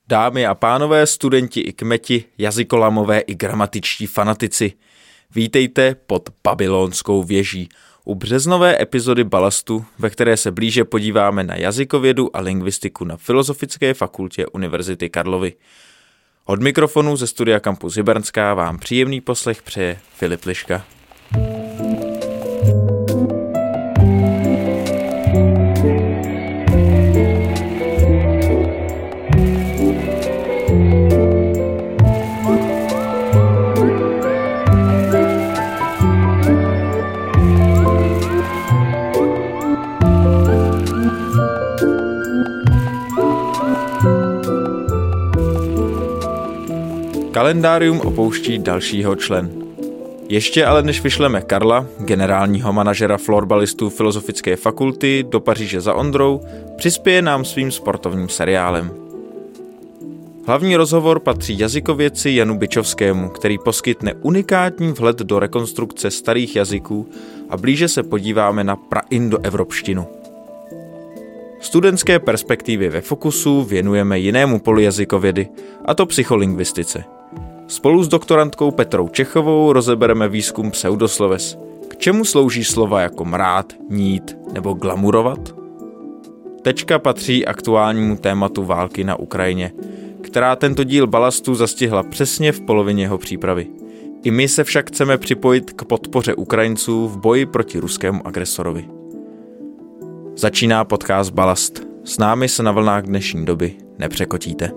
Dámy a pánové, studenti i kmeti, jazykolamové i gramatičtí fanatici. Vítejte pod Babylonskou věží u březnové epizody Balastu, ve které se blíže podíváme na jazykovědu a lingvistiku na Filozofické fakultě Univerzity Karlovy. Od mikrofonu ze studia Campus Hybernská vám příjemný poslech přeje Filip Liška. Kalendárium opouští dalšího člen. Ještě ale než vyšleme Karla, generálního manažera florbalistů Filozofické fakulty, do Paříže za Ondrou, přispěje nám svým sportovním seriálem. Hlavní rozhovor patří jazykovědci Janu Bičovskému, který poskytne unikátní vhled do rekonstrukce starých jazyků a blíže se podíváme na praindoevropštinu. Studentské perspektivy ve fokusu věnujeme jinému polu jazykovědy, a to psycholingvistice. Spolu s doktorantkou Petrou Čechovou rozebereme výzkum pseudosloves. K čemu slouží slova jako mrát, nít nebo glamurovat? Tečka patří aktuálnímu tématu války na Ukrajině, která tento díl Balastu zastihla přesně v polovině jeho přípravy. I my se však chceme připojit k podpoře Ukrajinců v boji proti ruskému agresorovi. Začíná podcast Balast. S námi se na vlnách dnešní doby nepřekotíte.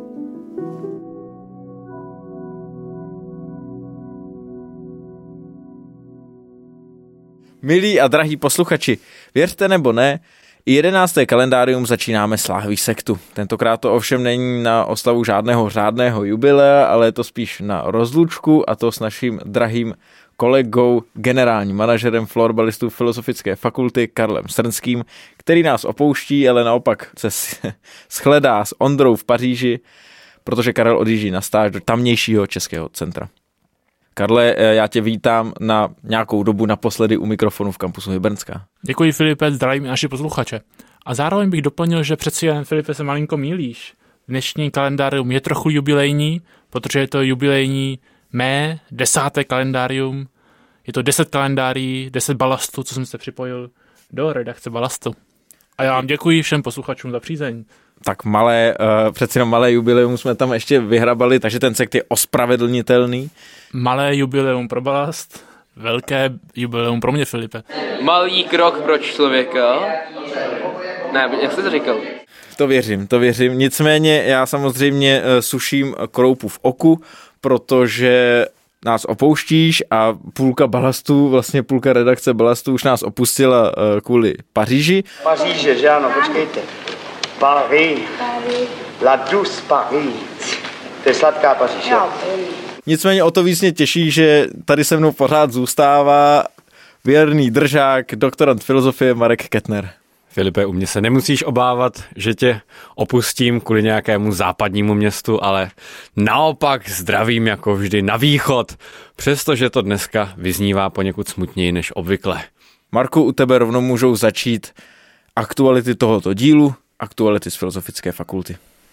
Milí a drahí posluchači, věřte nebo ne, i 11. kalendárium začínáme s láhví sektu. Tentokrát to ovšem není na oslavu žádného řádného jubilea, ale je to spíš na rozlučku, a to s naším drahým kolegou, generálním manažerem florbalistů Filozofické fakulty Karlem Srnským, který nás opouští, ale naopak se shledá s Ondrou v Paříži, protože Karel odjíždí na stáž do tamnějšího českého centra. Karle, já tě vítám na nějakou dobu naposledy u mikrofonu v kampusu Hybernská. Děkuji, Filipe, zdravím naši posluchače. A zároveň bych doplnil, že přeci jen, Filipe, se malinko mýlíš. Dnešní kalendárium je trochu jubilejní, protože je to jubilejní mé 10. kalendárium. Je to 10 kalendárií, 10 balastů, co jsem se připojil do redakce Balastu. A já vám děkuji všem posluchačům za přízeň. Tak přeci jenom malé jubileum jsme tam ještě vyhrabali, takže ten sekt je ospravedlnitelný. Malé jubileum pro Balast, velké jubileum pro mě, Filipe. Malý krok pro člověka. Ne, jak jsi to říkal? To věřím. Nicméně já samozřejmě suším kroupu v oku, protože nás opouštíš a půlka Balastu, vlastně půlka redakce Balastu už nás opustila kvůli Paříži. Paříže, že ano, počkejte. Paris. La douce Paris. To je sladká Paříž. Nicméně o to víc mě těší, že tady se mnou pořád zůstává věrný držák, doktorant filozofie Marek Kettner. Filipe, u mě se nemusíš obávat, že tě opustím kvůli nějakému západnímu městu, ale naopak zdravím jako vždy na východ, přestože to dneska vyznívá poněkud smutněji než obvykle. Marku, u tebe rovnou můžou začít aktuality tohoto dílu, aktuality z Filozofické fakulty.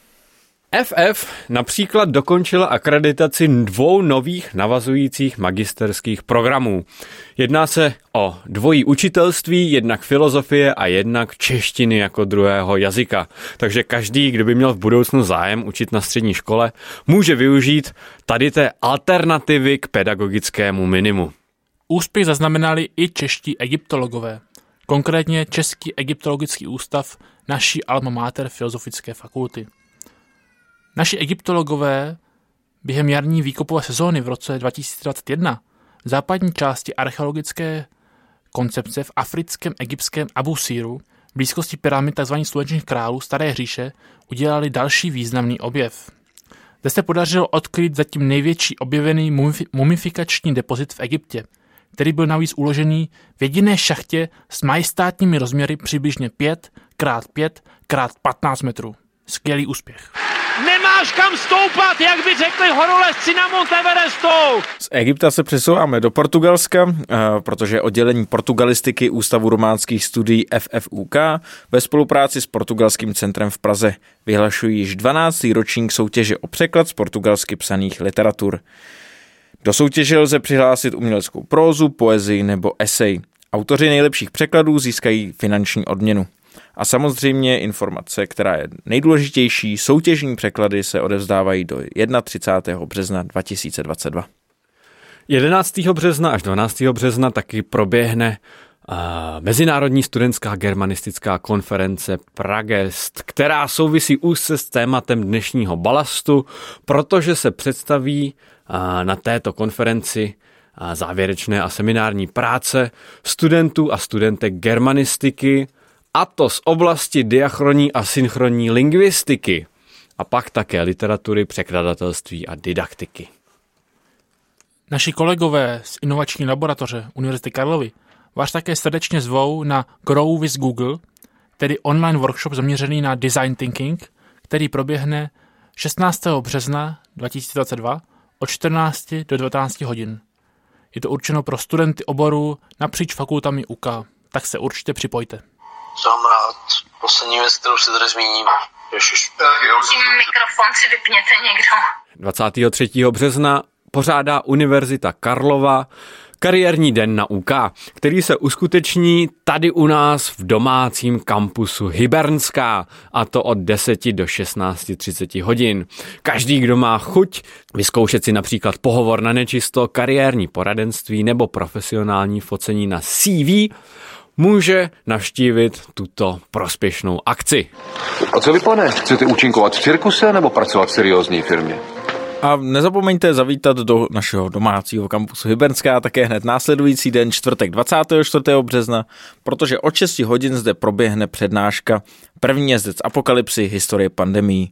FF například dokončila akreditaci 2 nových navazujících magisterských programů. Jedná se o dvojí učitelství, jednak filozofie a jednak češtiny jako druhého jazyka. Takže každý, kdo by měl v budoucnu zájem učit na střední škole, může využít tady té alternativy k pedagogickému minimu. Úspěch zaznamenali i čeští egyptologové, konkrétně Český egyptologický ústav naší alma mater Filozofické fakulty. Naši egyptologové během jarní výkopové sezóny v roce 2021 v západní části archeologické koncepce v africkém egyptském Abu Síru, v blízkosti pyramid tzv. Slunečních králů Staré říše, udělali další významný objev. Zde se podařilo odkryt zatím největší objevený mumifikační depozit v Egyptě, který byl navíc uložený v jediné šachtě s majestátními rozměry přibližně 5x5x15 metrů. Skvělý úspěch. Nemáš kam stoupat, jak by řekli horolezci na Mount Everestu. Z Egypta se přesouváme do Portugalska, protože oddělení portugalistiky Ústavu románských studií FFUK ve spolupráci s Portugalským centrem v Praze vyhlašují již 12. ročník soutěže o překlad z portugalsky psaných literatur. Do soutěže lze přihlásit uměleckou prózu, poezii nebo esej. Autoři nejlepších překladů získají finanční odměnu. A samozřejmě informace, která je nejdůležitější, soutěžní překlady se odevzdávají do 31. března 2022. 11. března až 12. března taky proběhne Mezinárodní studentská germanistická konference Pragest, která souvisí úzce s tématem dnešního balastu, protože se představí na této konferenci závěrečné a seminární práce studentů a studentek germanistiky, a to z oblasti diachronní a synchronní lingvistiky a pak také literatury, překladatelství a didaktiky. Naši kolegové z inovační laboratoře Univerzity Karlovy vás také srdečně zvou na Grow with Google, tedy online workshop zaměřený na design thinking, který proběhne 16. března 2022 od 14 do 19 hodin. Je to určeno pro studenty oboru napříč fakultami UK, tak se určitě připojte. Jsem rád. Poslední věc, kterou si tady zmíním. Ježiš. Tím mikrofon si vypněte někdo. 23. března pořádá Univerzita Karlova kariérní den na UK, který se uskuteční tady u nás v domácím kampusu Hybernská, a to od 10 do 16:30 hodin. Každý, kdo má chuť vyzkoušet si například pohovor na nečisto, kariérní poradenství nebo profesionální focení na CV, může navštívit tuto prospěšnou akci. A co vy, pane? Chcete účinkovat v cirkuse nebo pracovat v seriózní firmě? A nezapomeňte zavítat do našeho domácího kampusu Hybernská také hned následující den, čtvrtek 24. března, protože od 6 hodin zde proběhne přednáška První jezdec apokalypsy, historie pandemií.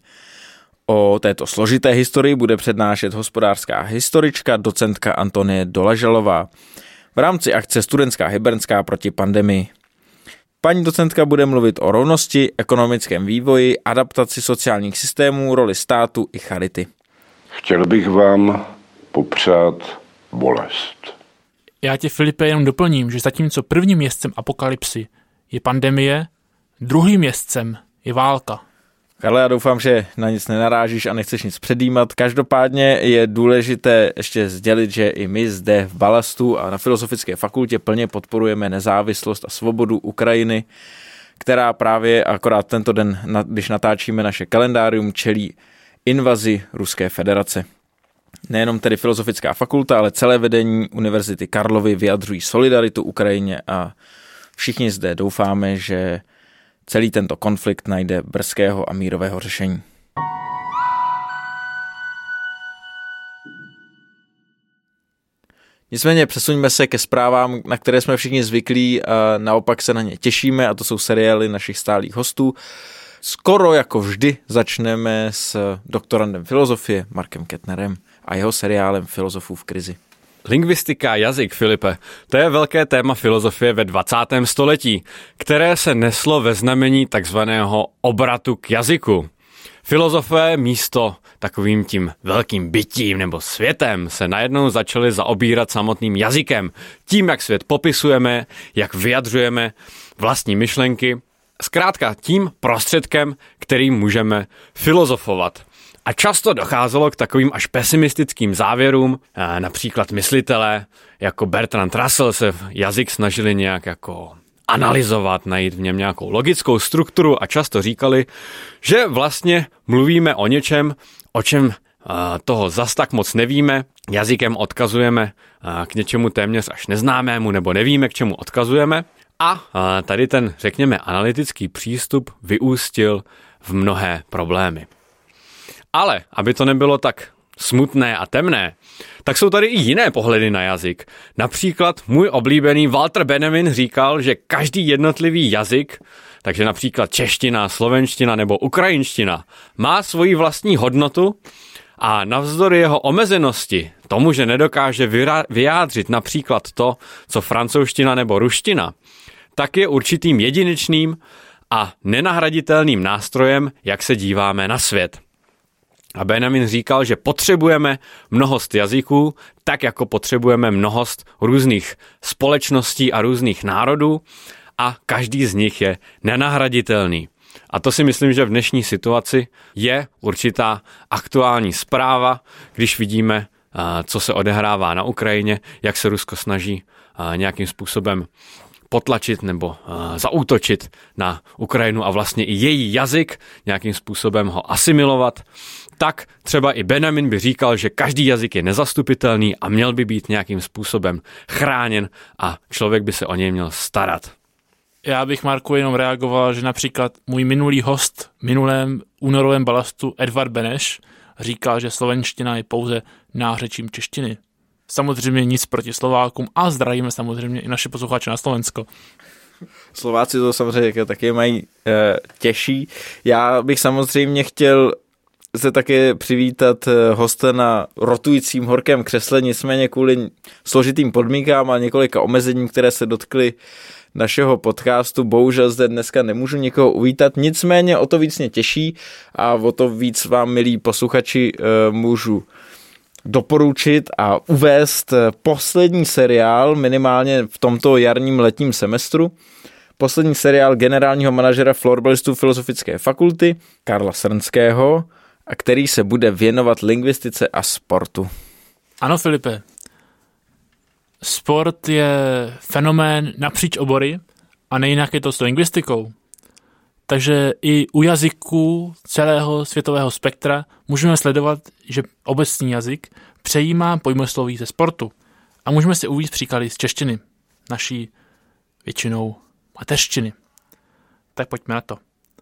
O této složité historii bude přednášet hospodářská historička, docentka Antonie Dolažalová v rámci akce Studentská Hybernská proti pandemii. Paní docentka bude mluvit o rovnosti, ekonomickém vývoji, adaptaci sociálních systémů, roli státu i charity. Chtěl bych vám popřát bolest. Já tě, Filipe, jenom doplním, že zatímco prvním jezdcem apokalypsy je pandemie, druhým jezdcem je válka. Karle, já doufám, že na nic nenarážíš a nechceš nic předjímat. Každopádně je důležité ještě sdělit, že i my zde v Balastu a na Filozofické fakultě plně podporujeme nezávislost a svobodu Ukrajiny, která právě akorát tento den, když natáčíme naše kalendárium, čelí invazi Ruské federace. Nejenom tedy Filozofická fakulta, ale celé vedení Univerzity Karlovy vyjadřují solidaritu Ukrajině a všichni zde doufáme, že celý tento konflikt najde brzkého a mírového řešení. Nicméně přesuňme se ke zprávám, na které jsme všichni zvyklí a naopak se na ně těšíme, a to jsou seriály našich stálých hostů. Skoro jako vždy začneme s doktorandem filozofie Markem Kettnerem a jeho seriálem Filozofů v krizi. Lingvistika, jazyk, Filipe, to je velké téma filozofie ve 20. století, které se neslo ve znamení takzvaného obratu k jazyku. Filozofé místo takovým tím velkým bytím nebo světem se najednou začali zaobírat samotným jazykem, tím, jak svět popisujeme, jak vyjadřujeme vlastní myšlenky, zkrátka tím prostředkem, kterým můžeme filozofovat. A často docházelo k takovým až pesimistickým závěrům, například myslitelé jako Bertrand Russell se jazyk snažili nějak jako analyzovat, najít v něm nějakou logickou strukturu a často říkali, že vlastně mluvíme o něčem, o čem toho zas tak moc nevíme, jazykem odkazujeme k něčemu téměř až neznámému nebo nevíme, k čemu odkazujeme. A tady ten, řekněme, analytický přístup vyústil v mnohé problémy. Ale aby to nebylo tak smutné a temné, tak jsou tady i jiné pohledy na jazyk. Například můj oblíbený Walter Benjamin říkal, že každý jednotlivý jazyk, takže například čeština, slovenština nebo ukrajinština, má svoji vlastní hodnotu a navzdory jeho omezenosti, tomu, že nedokáže vyjádřit například to, co francouzština nebo ruština, tak je určitým jedinečným a nenahraditelným nástrojem, jak se díváme na svět. A Benjamin říkal, že potřebujeme mnohost jazyků, tak jako potřebujeme mnohost různých společností a různých národů a každý z nich je nenahraditelný. A to si myslím, že v dnešní situaci je určitá aktuální zpráva, když vidíme, co se odehrává na Ukrajině, jak se Rusko snaží nějakým způsobem potlačit nebo zaútočit na Ukrajinu a vlastně i její jazyk, nějakým způsobem ho asimilovat, tak třeba i Benjamin by říkal, že každý jazyk je nezastupitelný a měl by být nějakým způsobem chráněn a člověk by se o něj měl starat. Já bych, Marku, jenom reagoval, že například můj minulý host v minulém únorovém balastu Edvard Beneš říkal, že slovenština je pouze nářečím češtiny. Samozřejmě nic proti Slovákům a zdravíme samozřejmě i naše posluchače na Slovensko. Slováci to samozřejmě taky mají těžší. Já bych samozřejmě chtěl se také přivítat hosta na rotujícím horkém křesle, nicméně kvůli složitým podmínkám a několika omezením, které se dotkly našeho podcastu, bohužel zde dneska nemůžu někoho uvítat, nicméně o to víc mě těší a o to víc vám, milí posluchači, můžu doporučit a uvést poslední seriál, minimálně v tomto jarním letním semestru, poslední seriál generálního manažera florbalistů Filozofické fakulty Karla Srnského, a který se bude věnovat lingvistice a sportu. Ano, Filipe. Sport je fenomén napříč obory a nejinak je to s lingvistikou. Takže i u jazyků celého světového spektra můžeme sledovat, že obecný jazyk přejímá pojmosloví ze sportu. A můžeme si uvést příklady z češtiny, naší většinou mateřštiny. Tak pojďme na to.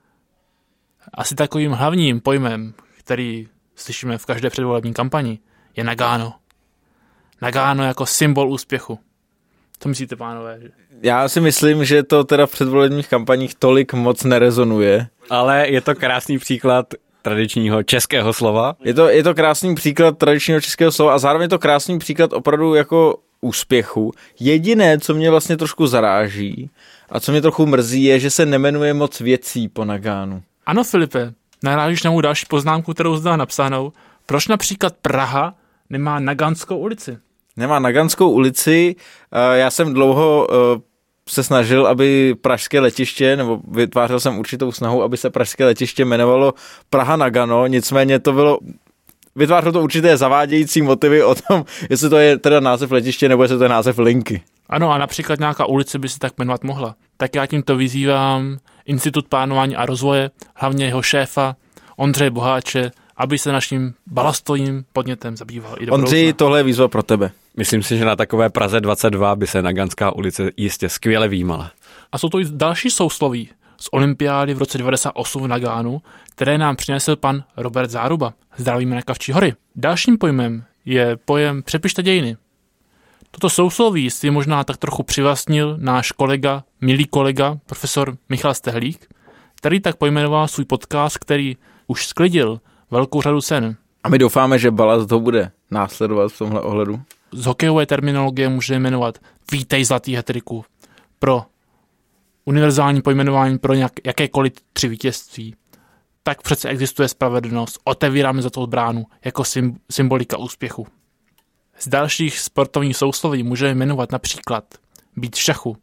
Asi takovým hlavním pojmem, který slyšíme v každé předvolební kampani, je Nagano. Nagano jako symbol úspěchu. Co myslíte, pánové? Já si myslím, že to teda v předvolebních kampaních tolik moc nerezonuje. Ale je to krásný příklad tradičního českého slova. Je to krásný příklad tradičního českého slova a zároveň je to krásný příklad opravdu jako úspěchu. Jediné, co mě vlastně trošku zaráží a co mě trochu mrzí, je, že se nemenuje moc věcí po Nagánu. Ano, Filipe, narážíš na mou další poznámku, kterou zde napsanou. Proč například Praha nemá Naganskou ulici? Nemá Naganskou ulici. Já jsem dlouho se snažil, aby pražské letiště, nebo vytvářel jsem určitou snahu, aby se pražské letiště jmenovalo Praha Nagano, nicméně to bylo, vytvářelo to určité zavádějící motivy o tom, jestli to je teda název letiště, nebo jestli to je název linky. Ano, a například nějaká ulice by se tak jmenovat mohla. Tak já tímto vyzývám Institut plánování a rozvoje, hlavně jeho šéfa Ondřeje Boháče, aby se naším balastovým podnětem zabýval i do Ondřej, tohle je výzva pro tebe. Myslím si, že na takové Praze 22 by se Naganská ulice jistě skvěle výjímala. A jsou to i další sousloví z olympiády v roce 98 v Nagánu, které nám přinesl pan Robert Záruba. Zdravíme na Kavčí hory. Dalším pojmem je pojem přepište dějiny. Toto sousloví si možná tak trochu přivlastnil náš kolega, milý kolega, profesor Michal Stehlík, který tak pojmenoval svůj podcast, který už sklidil velkou řadu cen. A my doufáme, že Balast ho bude následovat v tomhle ohledu. Z hokejové terminologie můžeme jmenovat Vítej zlatý hat-tricku. Pro univerzální pojmenování pro jakékoliv 3 vítězství. Tak přece existuje spravedlnost. Otevíráme za tou bránu jako symbolika úspěchu. Z dalších sportovních sousloví můžeme jmenovat například být v šachu,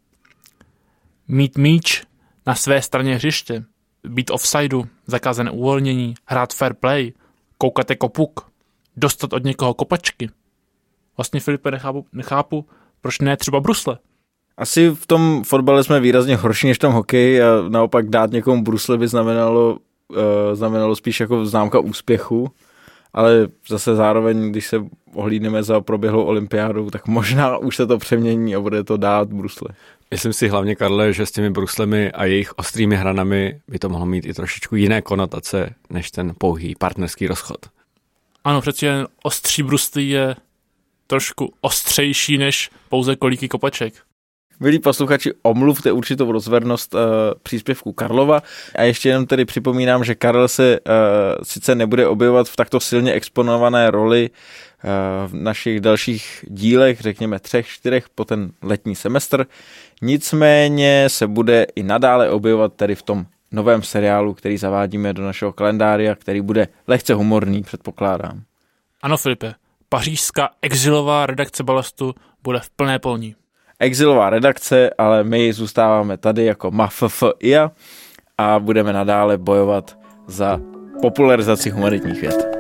mít míč na své straně hřiště, být offsideu, zakázané uvolnění, hrát fair play, koukat jako puk, dostat od někoho kopačky. Vlastně, Filipe, nechápu, proč ne třeba brusle. Asi v tom fotbale jsme výrazně horší než v tom hokeji a naopak dát někomu brusle by znamenalo spíš jako známka úspěchu, ale zase zároveň, když se ohlídneme za proběhlou olympiádu, tak možná už se to přemění a bude to dát brusle. Myslím si hlavně, Karle, že s těmi bruslemi a jejich ostrými hranami by to mohlo mít i trošičku jiné konotace než ten pouhý partnerský rozchod. Ano, přeci jen ostří bruslí je trošku ostřejší než pouze kolíky kopaček. Milí posluchači, omluvte určitou rozvernost příspěvku Karlova a ještě jenom tedy připomínám, že Karel se sice nebude objevovat v takto silně exponované roli v našich dalších dílech, řekněme 3-4 po ten letní semestr, nicméně se bude i nadále objevovat tedy v tom novém seriálu, který zavádíme do našeho kalendáře, který bude lehce humorný, předpokládám. Ano, Filipe, pařížská exilová redakce Balastu bude v plné polní. Exilová redakce, ale my zůstáváme tady jako MAFFIA a budeme nadále bojovat za popularizaci humanitních věd.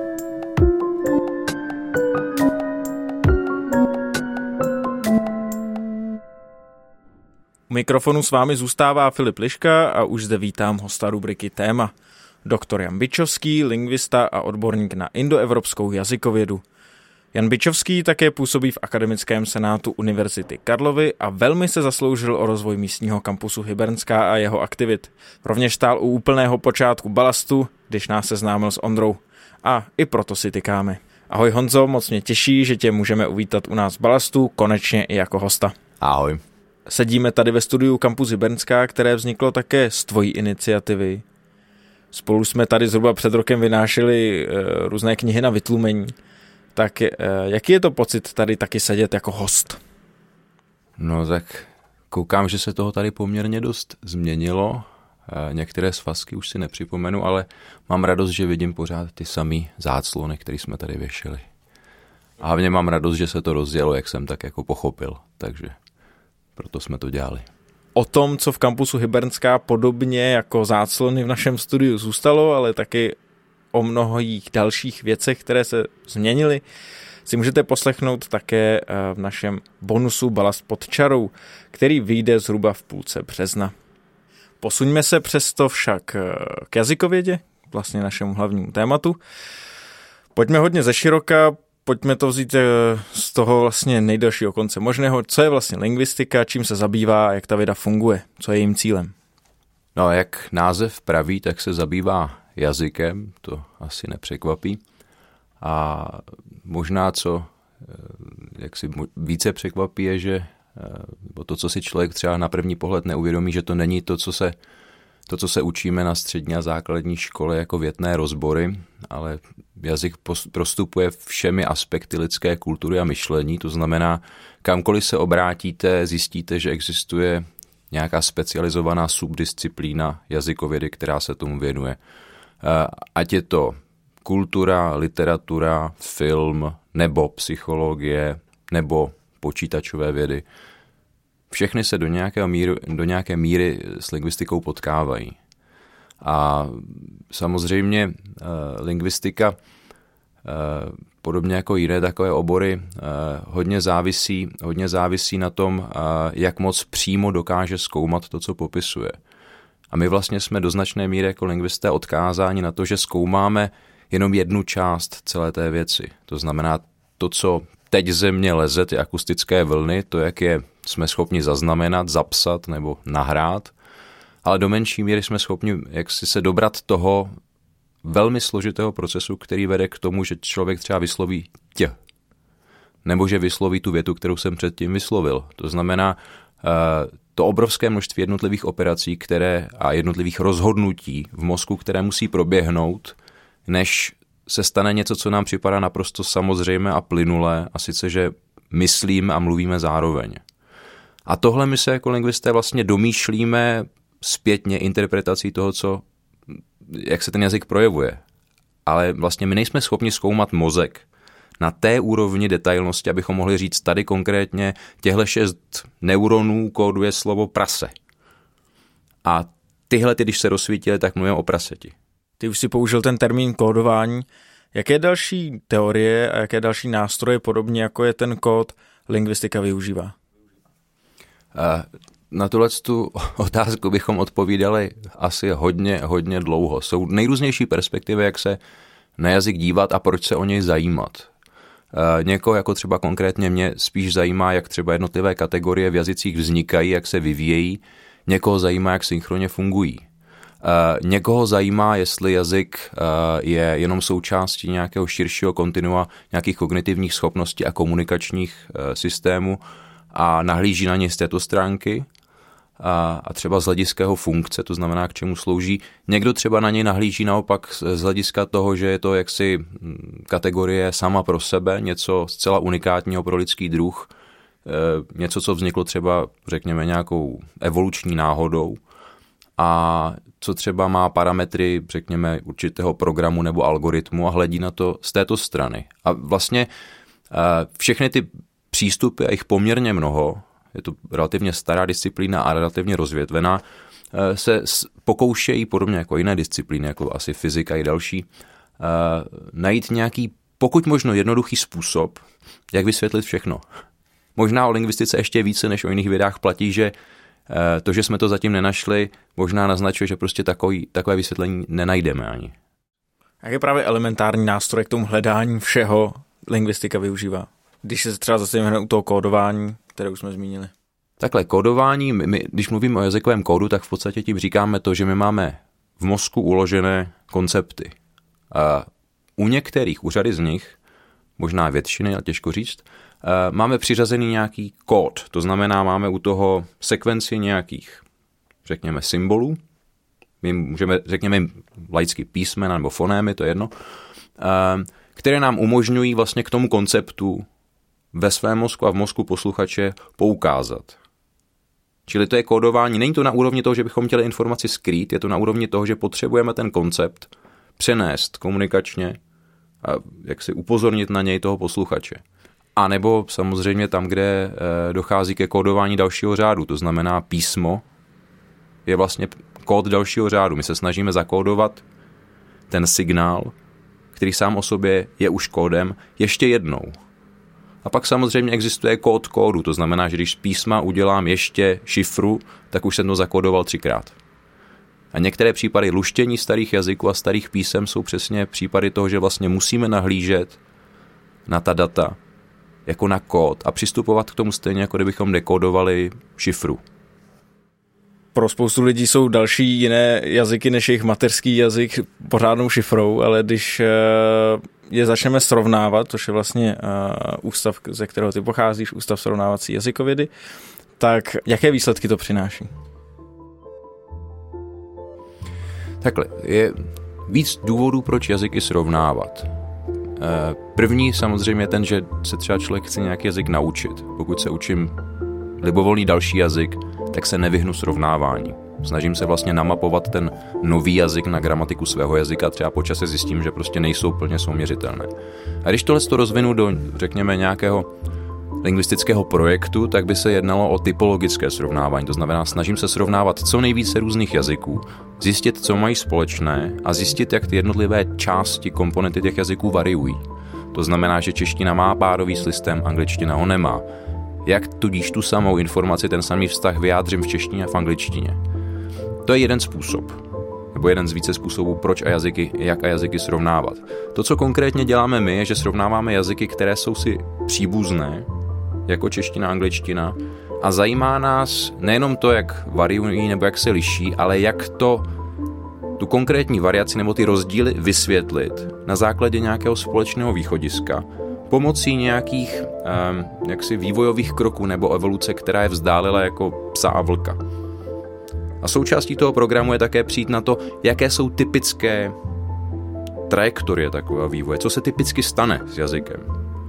U mikrofonu s vámi zůstává Filip Liška a už zde vítám hosta rubriky Téma. Doktor Jan Bičovský, lingvista a odborník na indoevropskou jazykovědu. Jan Bičovský také působí v akademickém senátu Univerzity Karlovy a velmi se zasloužil o rozvoj místního kampusu Hybernská a jeho aktivit. Rovněž stál u úplného počátku Balastu, když nás seznámil s Ondrou. A i proto si tykáme. Ahoj Honzo, moc mě těší, že tě můžeme uvítat u nás v Balastu, konečně i jako hosta. Ahoj. Sedíme tady ve studiu Campus Hybernská, které vzniklo také z tvojí iniciativy. Spolu jsme tady zhruba před rokem vynášeli různé knihy na vytlumení. Tak jaký je to pocit tady taky sedět jako host? No tak koukám, že se toho tady poměrně dost změnilo. Některé svazky už si nepřipomenu, ale mám radost, že vidím pořád ty samý záclony, které jsme tady věšili. A hlavně mám radost, že se to rozjelo, jak jsem tak jako pochopil. Takže proto jsme to dělali. O tom, co v kampusu Hybernská podobně jako záclony v našem studiu zůstalo, ale taky o mnohých dalších věcech, které se změnily, si můžete poslechnout také v našem bonusu Balast pod čarou, který vyjde zhruba v půlce března. Posuňme se přesto však k jazykovědě, vlastně našemu hlavnímu tématu. Pojďme hodně ze široka, pojďme to vzít z toho vlastně nejdelšího konce možného. Co je vlastně lingvistika, čím se zabývá, jak ta věda funguje, co je jejím cílem? No, jak název praví, tak se zabývá jazykem, to asi nepřekvapí. A možná, co jak si více překvapí, je, že to, co si člověk třeba na první pohled neuvědomí, že to není to, co se učíme na střední a základní škole jako větné rozbory, ale jazyk prostupuje všemi aspekty lidské kultury a myšlení, to znamená, kamkoliv se obrátíte, zjistíte, že existuje nějaká specializovaná subdisciplína jazykovědy, která se tomu věnuje. Ať je to kultura, literatura, film, nebo psychologie, nebo počítačové vědy. Všechny se do nějaké míry s lingvistikou potkávají. A samozřejmě lingvistika, podobně jako jiné takové obory, hodně závisí na tom, jak moc přímo dokáže zkoumat to, co popisuje. A my vlastně jsme do značné míry jako lingvisté odkázáni na to, že zkoumáme jenom jednu část celé té věci. To znamená to, co teď ze mě leze, ty akustické vlny, to, jak je jsme schopni zaznamenat, zapsat nebo nahrát, ale do menší míry jsme schopni jaksi se dobrat toho velmi složitého procesu, který vede k tomu, že člověk třeba vysloví tě, nebo že vysloví tu větu, kterou jsem předtím vyslovil. To znamená to obrovské množství jednotlivých operací a jednotlivých rozhodnutí v mozku, které musí proběhnout, než se stane něco, co nám připadá naprosto samozřejmé a plynulé, a sice, že myslím a mluvíme zároveň. A tohle my se jako lingvisté vlastně domýšlíme zpětně interpretací toho, jak se ten jazyk projevuje. Ale vlastně my nejsme schopni zkoumat mozek na té úrovni detailnosti, abychom mohli říct tady konkrétně těhle 6 neuronů kóduje slovo prase. A tyhle, když se rozsvítily, tak mluvíme o praseti. Ty už si použil ten termín kódování. Jaké další teorie a jaké další nástroje, podobně jako je ten kód, lingvistika využívá? Na tu otázku bychom odpovídali asi hodně dlouho. Jsou nejrůznější perspektivy, jak se na jazyk dívat a proč se o něj zajímat. Někoho, jako třeba konkrétně mě, spíš zajímá, jak třeba jednotlivé kategorie v jazycích vznikají, jak se vyvíjejí. Někoho zajímá, jak synchronně fungují. Někoho zajímá, jestli jazyk je jenom součástí nějakého širšího kontinua nějakých kognitivních schopností a komunikačních systémů a nahlíží na ně z této stránky a třeba z hlediska jeho funkce, to znamená, k čemu slouží. Někdo třeba na něj nahlíží naopak z hlediska toho, že je to jaksi kategorie sama pro sebe, něco zcela unikátního pro lidský druh, něco, co vzniklo třeba, řekněme, nějakou evoluční náhodou. a co třeba má parametry, řekněme, určitého programu nebo algoritmu a hledí na to z této strany. A vlastně všechny ty přístupy, a jich poměrně mnoho, je to relativně stará disciplína a relativně rozvětvená, se pokoušejí, podobně jako jiné disciplíny, jako asi fyzika i další, najít nějaký, pokud možno jednoduchý způsob, jak vysvětlit všechno. Možná o lingvistice ještě více než o jiných vědách platí, že to, že jsme to zatím nenašli, možná naznačuje, že prostě takové vysvětlení nenajdeme ani. Jak je právě elementární nástroj k tomu hledání všeho lingvistika využívá? Když se třeba zastavíme u toho kódování, které už jsme zmínili. Takhle, kódování, my, když mluvíme o jazykovém kódu, tak v podstatě tím říkáme to, že my máme v mozku uložené koncepty. A u některých, u řady z nich, možná většiny, ale těžko říct, máme přiřazený nějaký kód. To znamená, máme u toho sekvenci nějakých, řekněme, symbolů. My můžeme, řekněme, laicky písmena nebo fonémy, to je jedno, které nám umožňují vlastně k tomu konceptu ve svém mozku a v mozku posluchače poukázat. Čili to je kódování. Není to na úrovni toho, že bychom chtěli informaci skrýt, je to na úrovni toho, že potřebujeme ten koncept přenést komunikačně a jak si upozornit na něj toho posluchače. A nebo samozřejmě tam, kde dochází ke kódování dalšího řádu, to znamená písmo je vlastně kód dalšího řádu. My se snažíme zakódovat ten signál, který sám o sobě je už kódem, ještě jednou. A pak samozřejmě existuje kód kódu, to znamená, že když z písma udělám ještě šifru, tak už jsem to zakódoval 3krát. A některé případy luštění starých jazyků a starých písem jsou přesně případy toho, že vlastně musíme nahlížet na ta data jako na kód a přistupovat k tomu stejně, jako kdybychom dekódovali šifru. Pro spoustu lidí jsou další jiné jazyky než jejich mateřský jazyk pořádnou šifrou, ale když je začneme srovnávat, což je vlastně ústav, ze kterého ty pocházíš, Ústav srovnávací jazykovědy, tak jaké výsledky to přináší? Takhle, je víc důvodů, proč jazyky srovnávat. První samozřejmě je ten, že se třeba člověk chce nějaký jazyk naučit. Pokud se učím libovolný další jazyk, tak se nevyhnu srovnávání. Snažím se vlastně namapovat ten nový jazyk na gramatiku svého jazyka, třeba po čase zjistím, že prostě nejsou plně souměřitelné. A když tohle to rozvinu do, řekněme, nějakého lingvistického projektu, tak by se jednalo o typologické srovnávání. To znamená, snažím se srovnávat co nejvíce různých jazyků, zjistit, co mají společné a zjistit, jak ty jednotlivé části, komponenty těch jazyků variují. To znamená, že čeština má párový systém, angličtina ho nemá. Jak tudíž tu samou informaci, ten samý vztah vyjádřím v češtině a v angličtině. To je jeden způsob, nebo jeden z více způsobů, proč a jazyky, jak a jazyky srovnávat. To, co konkrétně děláme my, je, že srovnáváme jazyky, které jsou si příbuzné, jako čeština, angličtina, a zajímá nás nejenom to, jak variují nebo jak se liší, ale jak tu konkrétní variaci nebo ty rozdíly vysvětlit na základě nějakého společného východiska, pomocí nějakých jaksi vývojových kroků nebo evoluce, která je vzdálila jako psa a vlka. A součástí toho programu je také přijít na to, jaké jsou typické trajektorie takového vývoje, co se typicky stane s jazykem.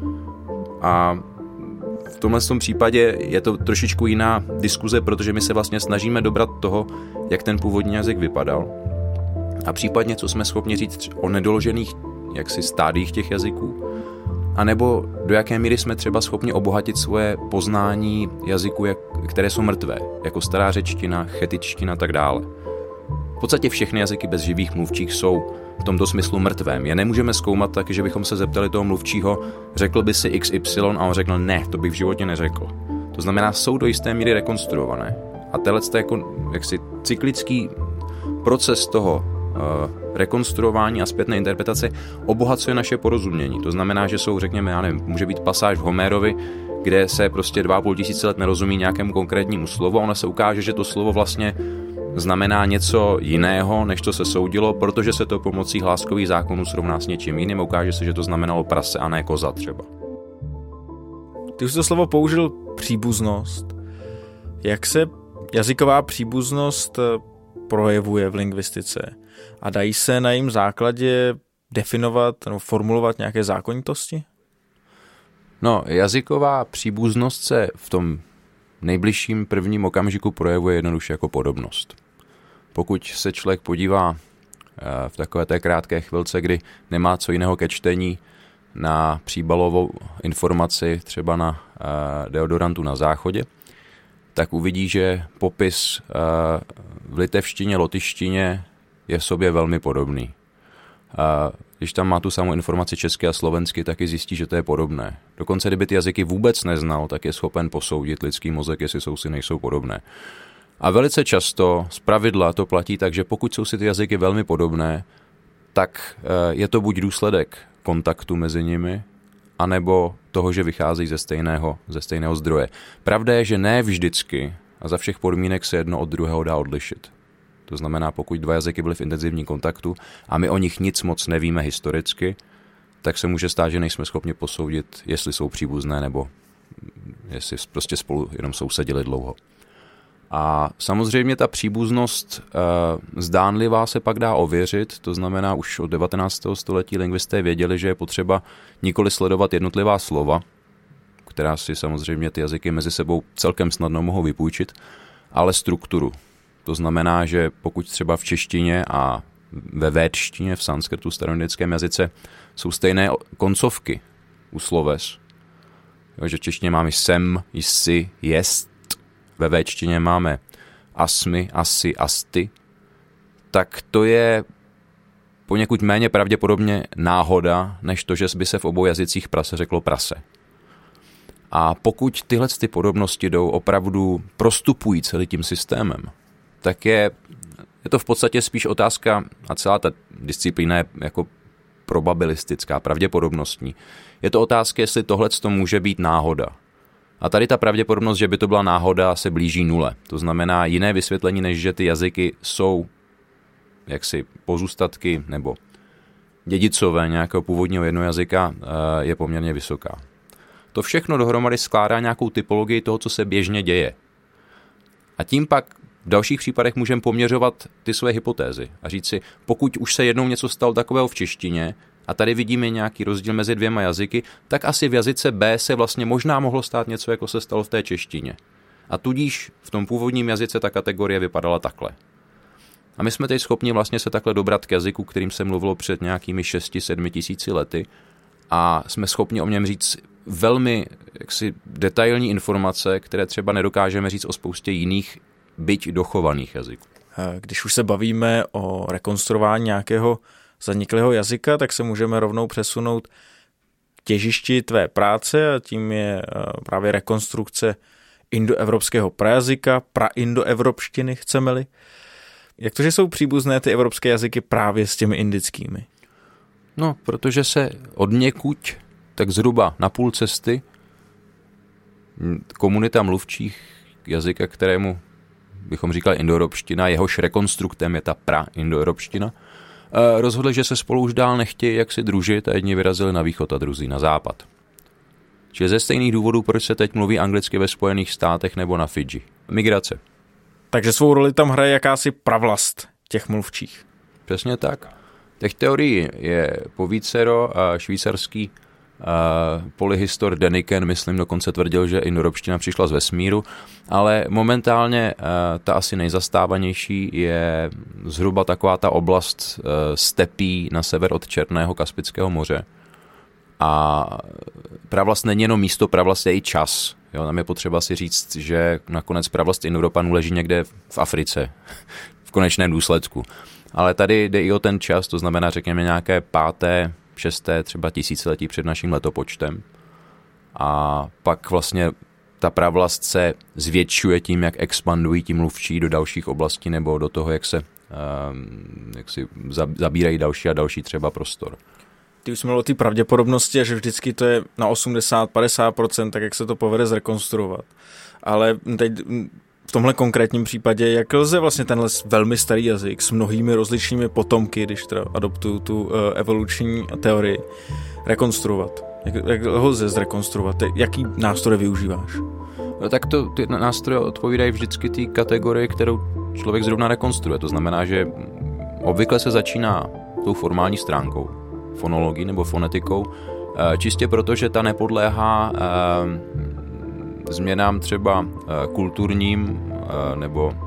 A v tomhle případě je to trošičku jiná diskuze, protože my se vlastně snažíme dobrat toho, jak ten původní jazyk vypadal. A případně, co jsme schopni říct o nedoložených jaksi stádiích těch jazyků, anebo do jaké míry jsme třeba schopni obohatit svoje poznání jazyků, které jsou mrtvé, jako stará řečtina, chetičtina a tak dále. V podstatě všechny jazyky bez živých mluvčích jsou v tomto smyslu mrtvé. Je nemůžeme zkoumat tak, že bychom se zeptali toho mluvčího, řekl by si XY a on řekl ne, to bych v životě neřekl. To znamená, jsou do jisté míry rekonstruované. A tenhle jako jaksi cyklický proces toho rekonstruování a zpětné interpretace obohacuje naše porozumění. To znamená, že jsou, řekněme, já nevím, může být pasáž v Homérovi, kde se prostě 2500 let nerozumí nějakému konkrétnímu slovu a ono se ukáže, že to slovo vlastně znamená něco jiného, než to se soudilo, protože se to pomocí hláskových zákonů srovná s něčím jiným a ukáže se, že to znamenalo prase a ne koza třeba. Ty už to slovo použil příbuznost. Jak se jazyková příbuznost projevuje v lingvistice? A dají se na jejím základě definovat nebo formulovat nějaké zákonitosti? No, jazyková příbuznost se v tom nejbližším prvním okamžiku projevuje jednoduše jako podobnost. Pokud se člověk podívá v takové té krátké chvilce, kdy nemá co jiného ke čtení, na příbalovou informaci třeba na deodorantu na záchodě, tak uvidí, že popis v litevštině, lotyštině je v sobě velmi podobný. Když tam má tu samou informaci česky a slovensky, taky zjistí, že to je podobné. Dokonce, kdyby ty jazyky vůbec neznal, tak je schopen posoudit lidský mozek, jestli jsou si nejsou podobné. A velice často, zpravidla to platí tak, že pokud jsou si ty jazyky velmi podobné, tak je to buď důsledek kontaktu mezi nimi, anebo toho, že vycházejí ze stejného zdroje. Pravda je, že ne vždycky a za všech podmínek se jedno od druhého dá odlišit. To znamená, pokud dva jazyky byly v intenzivním kontaktu a my o nich nic moc nevíme historicky, tak se může stát, že nejsme schopni posoudit, jestli jsou příbuzné nebo jestli prostě spolu jenom sousedili dlouho. A samozřejmě ta příbuznost zdánlivá se pak dá ověřit, to znamená už od 19. století lingvisté věděli, že je potřeba nikoli sledovat jednotlivá slova, která si samozřejmě ty jazyky mezi sebou celkem snadno mohou vypůjčit, ale strukturu. To znamená, že pokud třeba v češtině a ve védštině, v sanskrtu, staroindickém jazyce jsou stejné koncovky u sloves, že v češtině máme sem, jsi, jest, ve védštině máme asmy, asi, asty, tak to je poněkud méně pravděpodobně náhoda, než to, že by se v obou jazycích prase řeklo prase. A pokud tyhle ty podobnosti jdou opravdu prostupují celý tím systémem, tak je to v podstatě spíš otázka, a celá ta disciplína je jako probabilistická, pravděpodobnostní. Je to otázka, jestli tohleto může být náhoda. A tady ta pravděpodobnost, že by to byla náhoda, se blíží nule. To znamená jiné vysvětlení, než že ty jazyky jsou jaksi pozůstatky nebo dědicové nějakého původního jednojazyka, je poměrně vysoká. To všechno dohromady skládá nějakou typologii toho, co se běžně děje. A tím pak v dalších případech můžeme poměřovat ty své hypotézy a říct si, pokud už se jednou něco stalo takového v češtině a tady vidíme nějaký rozdíl mezi dvěma jazyky, tak asi v jazyce B se vlastně možná mohlo stát něco, jako se stalo v té češtině. A tudíž v tom původním jazyce ta kategorie vypadala takhle. A my jsme teď schopni vlastně se takhle dobrat k jazyku, kterým se mluvilo před nějakými 6-7 tisíci lety a jsme schopni o něm říct velmi jaksi detailní informace, které třeba nedokážeme říct o spoustě jiných, byť dochovaných jazyků. Když už se bavíme o rekonstruování nějakého zaniklého jazyka, tak se můžeme rovnou přesunout k těžišti tvé práce a tím je právě rekonstrukce indoevropského prajazyka, praindoevropštiny, chceme-li. Jak to, že jsou příbuzné ty evropské jazyky právě s těmi indickými? No, protože se odněkuď tak zhruba na půl cesty komunita mluvčích jazyka, kterému bychom říkali indoevropština, jehož rekonstruktem je ta praindoevropština, rozhodli, že se spolu už dál nechtějí jaksi družit a jedni vyrazili na východ a druzí na západ. Čili ze stejných důvodů, proč se teď mluví anglicky ve Spojených státech nebo na Fidži. Migrace. Takže svou roli tam hraje jakási pravlast těch mluvčích. Přesně tak. Těch teorií je povícero a švýcarský polyhistor Deniken, myslím, dokonce tvrdil, že indoevropština přišla z vesmíru, ale momentálně ta asi nejzastávanější je zhruba taková ta oblast stepí na sever od Černého Kaspického moře. A pravlast není jenom místo, pravlast je i čas. Jo, tam je potřeba si říct, že nakonec pravlast Indoevropanů leží někde v Africe, v konečném důsledku. Ale tady jde i o ten čas, to znamená, řekněme, nějaké 5., 6. třeba tisíciletí před naším letopočtem. A pak vlastně ta pravlast se zvětšuje tím, jak expandují ti mluvčí do dalších oblastí nebo do toho, jak si zabírají další a další třeba prostor. Ty už jsme mluvil o té pravděpodobnosti, že vždycky to je na 80-50%, tak jak se to povede zrekonstruovat. Ale teď v tomhle konkrétním případě, jak lze vlastně tenhle velmi starý jazyk s mnohými rozličnými potomky, když teda adoptuju tu evoluční teorii, rekonstruovat? Jak ho lze zrekonstruovat? Jaký nástroj využíváš? No tak ty nástroje odpovídají vždycky té kategorii, kterou člověk zrovna rekonstruuje. To znamená, že obvykle se začíná tou formální stránkou, fonologií nebo fonetikou, čistě proto, že ta nepodléhá změnám třeba kulturním nebo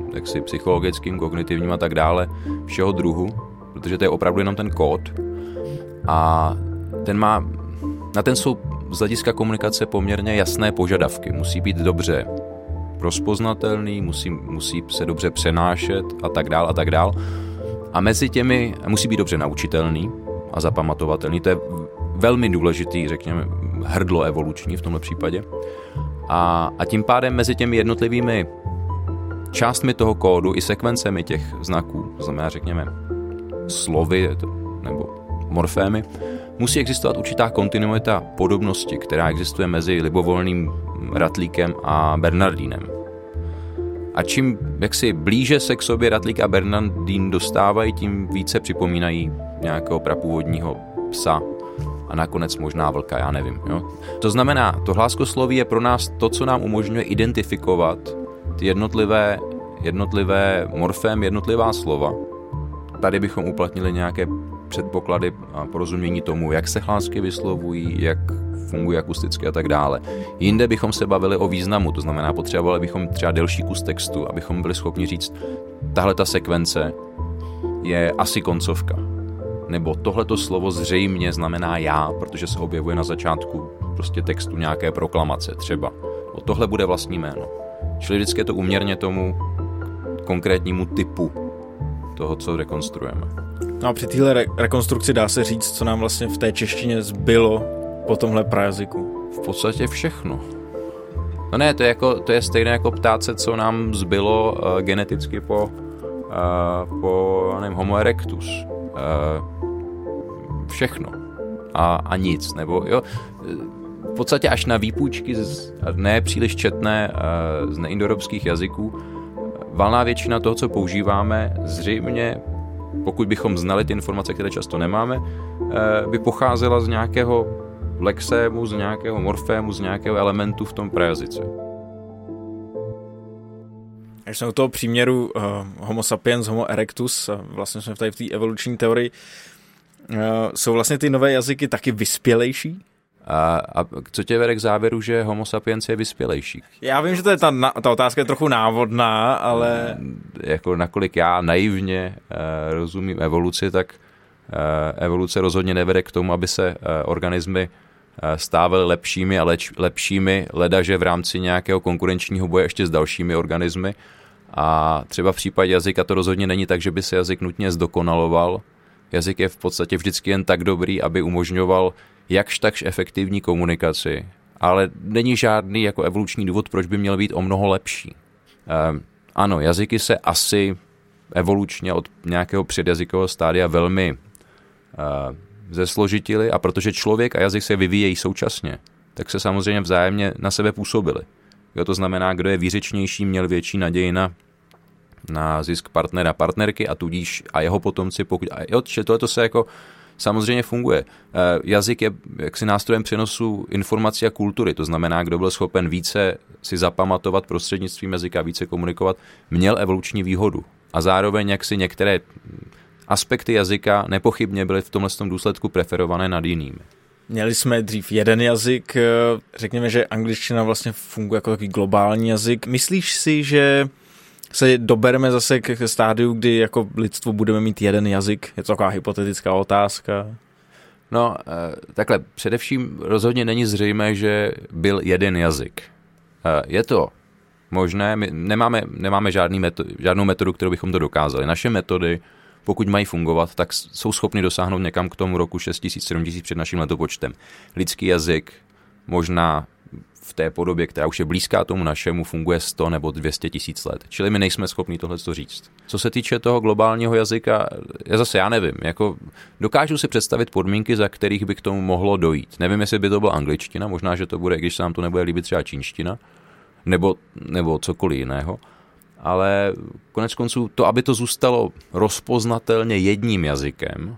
jaksi psychologickým, kognitivním a tak dále, všeho druhu, protože to je opravdu jenom ten kód. A na ten jsou z hlediska komunikace poměrně jasné požadavky. Musí být dobře rozpoznatelný, musí se dobře přenášet a tak dál a tak dál. A mezi těmi musí být dobře naučitelný a zapamatovatelný. To je velmi důležitý, řekněme, hrdlo evoluční v tomhle případě. A tím pádem mezi těmi jednotlivými částmi toho kódu i sekvencemi těch znaků, to znamená, řekněme, slovy nebo morfémy, musí existovat určitá kontinuita podobnosti, která existuje mezi libovolným Ratlíkem a Bernardínem. A čím jaksi blíže se k sobě Ratlík a Bernardín dostávají, tím více připomínají nějakého prapůvodního psa a nakonec možná vlka, já nevím. Jo? To znamená, to hláskosloví je pro nás to, co nám umožňuje identifikovat ty jednotlivé morfém, jednotlivá slova. Tady bychom uplatnili nějaké předpoklady a porozumění tomu, jak se hlásky vyslovují, jak fungují akusticky a tak dále. Jinde bychom se bavili o významu, to znamená, potřebovali bychom třeba delší kus textu, abychom byli schopni říct, tahle ta sekvence je asi koncovka. Nebo tohleto slovo zřejmě znamená já, protože se objevuje na začátku prostě textu nějaké proklamace třeba. Tohle bude vlastní jméno. Čili vždycky je to úměrně tomu konkrétnímu typu toho, co rekonstruujeme. No a při téhle rekonstrukci dá se říct, co nám vlastně v té češtině zbylo po tomhle prajazyku. V podstatě všechno. No ne, to je stejné jako ptát se, co nám zbylo geneticky po nevím, Homo erectus. Všechno. A nic. Nebo jo, v podstatě až na výpůjčky ne příliš četné z neindoeuropských jazyků, valná většina toho, co používáme, zřejmě, pokud bychom znali ty informace, které často nemáme, by pocházela z nějakého lexému, z nějakého morfému, z nějakého elementu v tom prajazyce. Když jsme u toho příměru Homo sapiens, Homo erectus, vlastně jsme tady v té evoluční teorii, jsou vlastně ty nové jazyky taky vyspělejší? A co tě vede k závěru, že Homo sapiens je vyspělejší? Já vím, že to je ta otázka je trochu návodná, ale... Jako nakolik já naivně rozumím evoluci, tak evoluce rozhodně nevede k tomu, aby se organismy stávaly lepšími a lepšími, ledaže v rámci nějakého konkurenčního boje ještě s dalšími organismy. A třeba v případě jazyka to rozhodně není tak, že by se jazyk nutně zdokonaloval. Jazyk je v podstatě vždycky jen tak dobrý, aby umožňoval jakž takž efektivní komunikaci, ale není žádný jako evoluční důvod, proč by měl být o mnoho lepší. Ano, jazyky se asi evolučně od nějakého předjazykového stádia velmi zesložitily a protože člověk a jazyk se vyvíjejí současně, tak se samozřejmě vzájemně na sebe působili. Jo, to znamená, kdo je výřečnější, měl větší naději na zisk partnera, partnerky a tudíž a jeho potomci, tohleto se jako samozřejmě funguje. Jazyk je jaksi nástrojem přenosu informací a kultury, to znamená, kdo byl schopen více si zapamatovat prostřednictvím jazyka, více komunikovat, měl evoluční výhodu. A zároveň jaksi některé aspekty jazyka nepochybně byly v tomhle důsledku preferované nad jinými. Měli jsme dřív jeden jazyk, řekněme, že angličtina vlastně funguje jako takový globální jazyk. Myslíš si, že se dobereme zase k stádiu, kdy jako lidstvo budeme mít jeden jazyk? Je to taková hypotetická otázka. No, takhle, především rozhodně není zřejmé, že byl jeden jazyk. Je to možné, my nemáme žádnou metodu, kterou bychom to dokázali. Naše metody, pokud mají fungovat, tak jsou schopny dosáhnout někam k tomu roku 6000, 7000 před naším letopočtem. Lidský jazyk možná v té podobě, která už je blízká tomu našemu, funguje 100 nebo 200 tisíc let. Čili my nejsme schopni tohle říct. Co se týče toho globálního jazyka, já nevím. Jako dokážu si představit podmínky, za kterých by k tomu mohlo dojít. Nevím, jestli by to byla angličtina, možná, že to bude, když se nám to nebude líbit, třeba čínština, nebo cokoliv jiného. Ale konec konců to, aby to zůstalo rozpoznatelně jedním jazykem,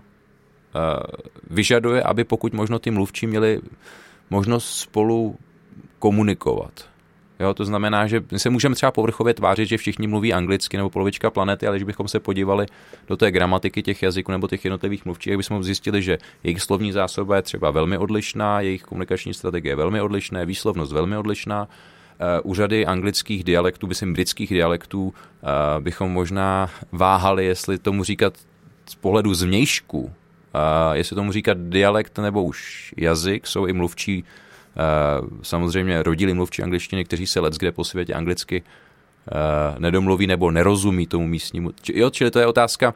vyžaduje, aby pokud možno ty mluvčí měli možnost spolu komunikovat. Jo, to znamená, že my se můžeme třeba povrchově tvářit, že všichni mluví anglicky nebo polovička planety, ale když bychom se podívali do té gramatiky těch jazyků nebo těch jednotlivých mluvčích, bychom zjistili, že jejich slovní zásoba je třeba velmi odlišná, jejich komunikační strategie je velmi odlišná, výslovnost velmi odlišná. u řady anglických dialektů, myslím britských dialektů, bychom možná váhali, jestli tomu říkat z pohledu zvnějšku, jestli tomu říkat dialekt nebo už jazyk. Jsou i mluvčí, samozřejmě rodilí mluvčí angličtiny, kteří se leckde po světě anglicky nedomluví nebo nerozumí tomu místnímu. Čili to je otázka,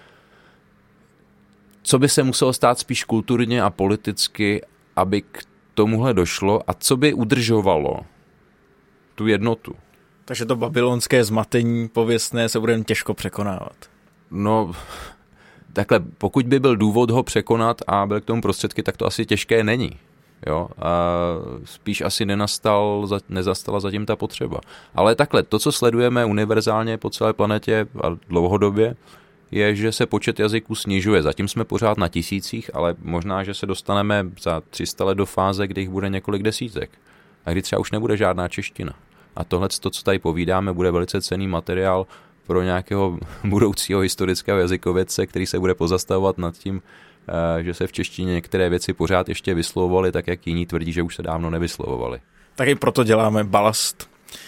co by se muselo stát spíš kulturně a politicky, aby k tomuhle došlo a co by udržovalo tu jednotu. Takže to babylonské zmatení pověstné se bude těžko překonávat. No, takhle, pokud by byl důvod ho překonat a byl k tomu prostředky, tak to asi těžké není. Jo? A spíš asi nezastala zatím ta potřeba. Ale takhle, to, co sledujeme univerzálně po celé planetě a dlouhodobě, je, že se počet jazyků snižuje. Zatím jsme pořád na tisících, ale možná, že se dostaneme za 300 let do fáze, kdy jich bude několik desítek. A kdy třeba už nebude žádná čeština. A tohle, co tady povídáme, bude velice cenný materiál pro nějakého budoucího historického jazykovědce, který se bude pozastavovat nad tím, že se v češtině některé věci pořád ještě vyslovovaly, tak jak jiní tvrdí, že už se dávno nevyslovovaly. Tak i proto děláme Balast.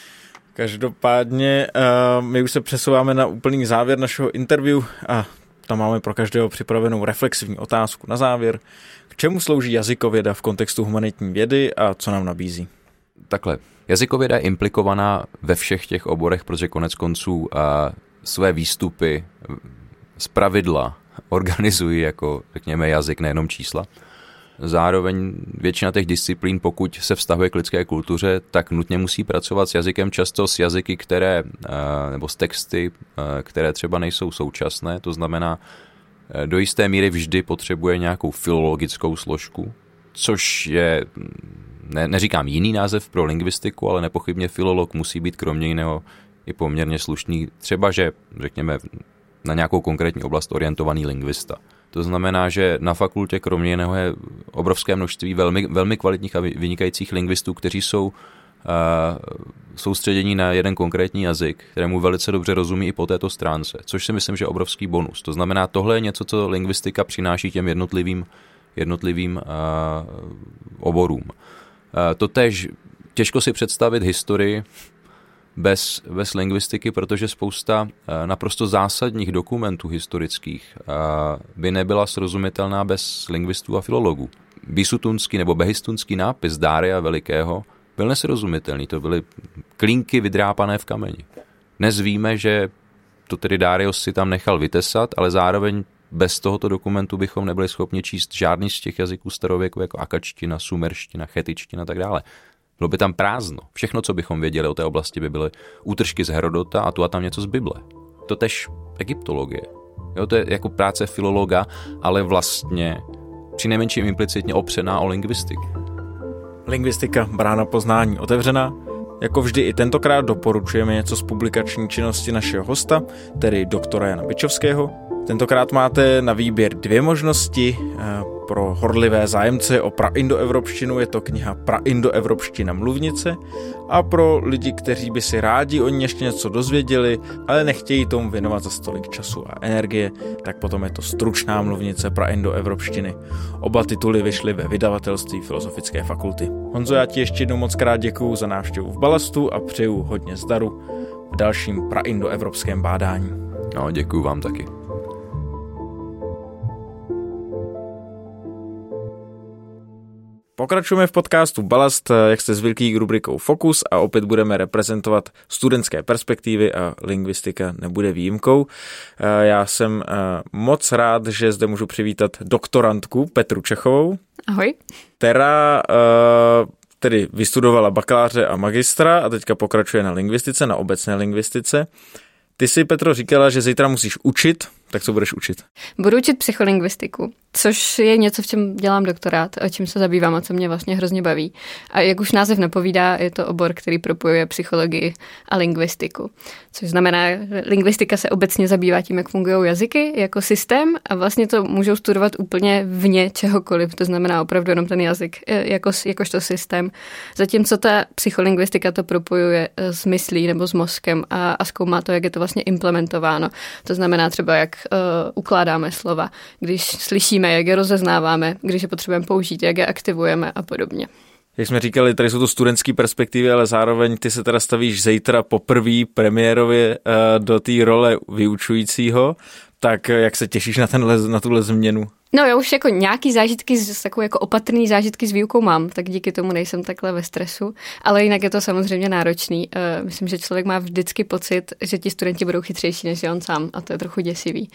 Každopádně my už se přesouváme na úplný závěr našeho interview a tam máme pro každého připravenou reflexivní otázku na závěr. K čemu slouží jazykověda v kontextu humanitní vědy a co nám nabízí? Takhle, jazykověda je implikovaná ve všech těch oborech, protože konec konců své výstupy zpravidla organizují jako, řekněme, jazyk, nejenom čísla. Zároveň většina těch disciplín, pokud se vztahuje k lidské kultuře, tak nutně musí pracovat s jazykem, často s jazyky, nebo s texty, které třeba nejsou současné, to znamená, do jisté míry vždy potřebuje nějakou filologickou složku, což je, neříkám jiný název pro lingvistiku, ale nepochybně filolog musí být kromě jiného i poměrně slušný, třeba že, řekněme, na nějakou konkrétní oblast orientovaný lingvista. To znamená, že na fakultě kromě jiného je obrovské množství velmi, velmi kvalitních a vynikajících lingvistů, kteří jsou soustředění na jeden konkrétní jazyk, kterému velice dobře rozumí i po této stránce, což si myslím, že je obrovský bonus. To znamená, tohle je něco, co lingvistika přináší těm jednotlivým oborům. Totéž těžko si představit historii bez lingvistiky, protože spousta naprosto zásadních dokumentů historických by nebyla srozumitelná bez lingvistů a filologů. Bisutunský nebo behistunský nápis Dária Velikého byl nesrozumitelný, to byly klínky vydrápané v kameni. Dnes víme, že to tedy Darius si tam nechal vytesat, ale zároveň bez tohoto dokumentu bychom nebyli schopni číst žádný z těch jazyků starověku, jako akačtina, sumerština, chetičtina a tak dále. Bylo by tam prázdno. Všechno, co bychom věděli o té oblasti, by byly útržky z Herodota a tu a tam něco z Bible. Totež egyptologie. Jo, to je jako práce filologa, ale vlastně přinejmenším implicitně opřená o lingvistiku. Lingvistika, brána poznání otevřená. Jako vždy i tentokrát doporučujeme něco z publikační činnosti našeho hosta, tedy doktora Jana Bičovského. Tentokrát máte na výběr 2 možnosti. Pro horlivé zájemce o praindoevropštinu je to kniha Praindoevropština mluvnice a pro lidi, kteří by si rádi o ní ještě něco dozvěděli, ale nechtějí tomu věnovat za tolik času a energie, tak potom je to Stručná mluvnice praindoevropštiny. Oba tituly vyšly ve vydavatelství Filozofické fakulty. Honzo, já ti ještě jednou moc krát děkuju za návštěvu v Balastu a přeju hodně zdaru v dalším praindoevropském bádání. No, děkuju vám taky. Pokračujeme v podcastu Balast, jak jste zvyklí, rubrikou Fokus a opět budeme reprezentovat studentské perspektivy a lingvistika nebude výjimkou. Já jsem moc rád, že zde můžu přivítat doktorantku Petru Čechovou. Ahoj. Která tedy vystudovala bakaláře a magistra a teďka pokračuje na lingvistice, na obecné lingvistice. Ty si, Petro, říkala, že zítra musíš učit, tak co budeš učit? Budu učit psycholingvistiku, což je něco, v čem dělám doktorát a čím se zabývám a co mě vlastně hrozně baví. A jak už název napovídá, je to obor, který propojuje psychologii a lingvistiku. Což znamená, že lingvistika se obecně zabývá tím, jak fungují jazyky jako systém a vlastně to můžou studovat úplně vně čehokoliv. To znamená opravdu jenom ten jazyk jakožto systém. Zatímco ta psycholingvistika to propojuje s myslí nebo s mozkem a zkoumá to, jak je to vlastně implementováno. To znamená třeba, jak ukládáme slova, když slyšíme, jak je rozeznáváme, když je potřebujeme použít, jak je aktivujeme a podobně. Jak jsme říkali, tady jsou to studentské perspektivy, ale zároveň ty se teda stavíš zítra poprvé premiérově do té role vyučujícího, tak jak se těšíš na tuhle změnu? No já už jako nějaký zážitky, takové jako opatrný zážitky s výukou mám, tak díky tomu nejsem takhle ve stresu, ale jinak je to samozřejmě náročný. Myslím, že člověk má vždycky pocit, že ti studenti budou chytřejší než je on sám a to je trochu děsivý.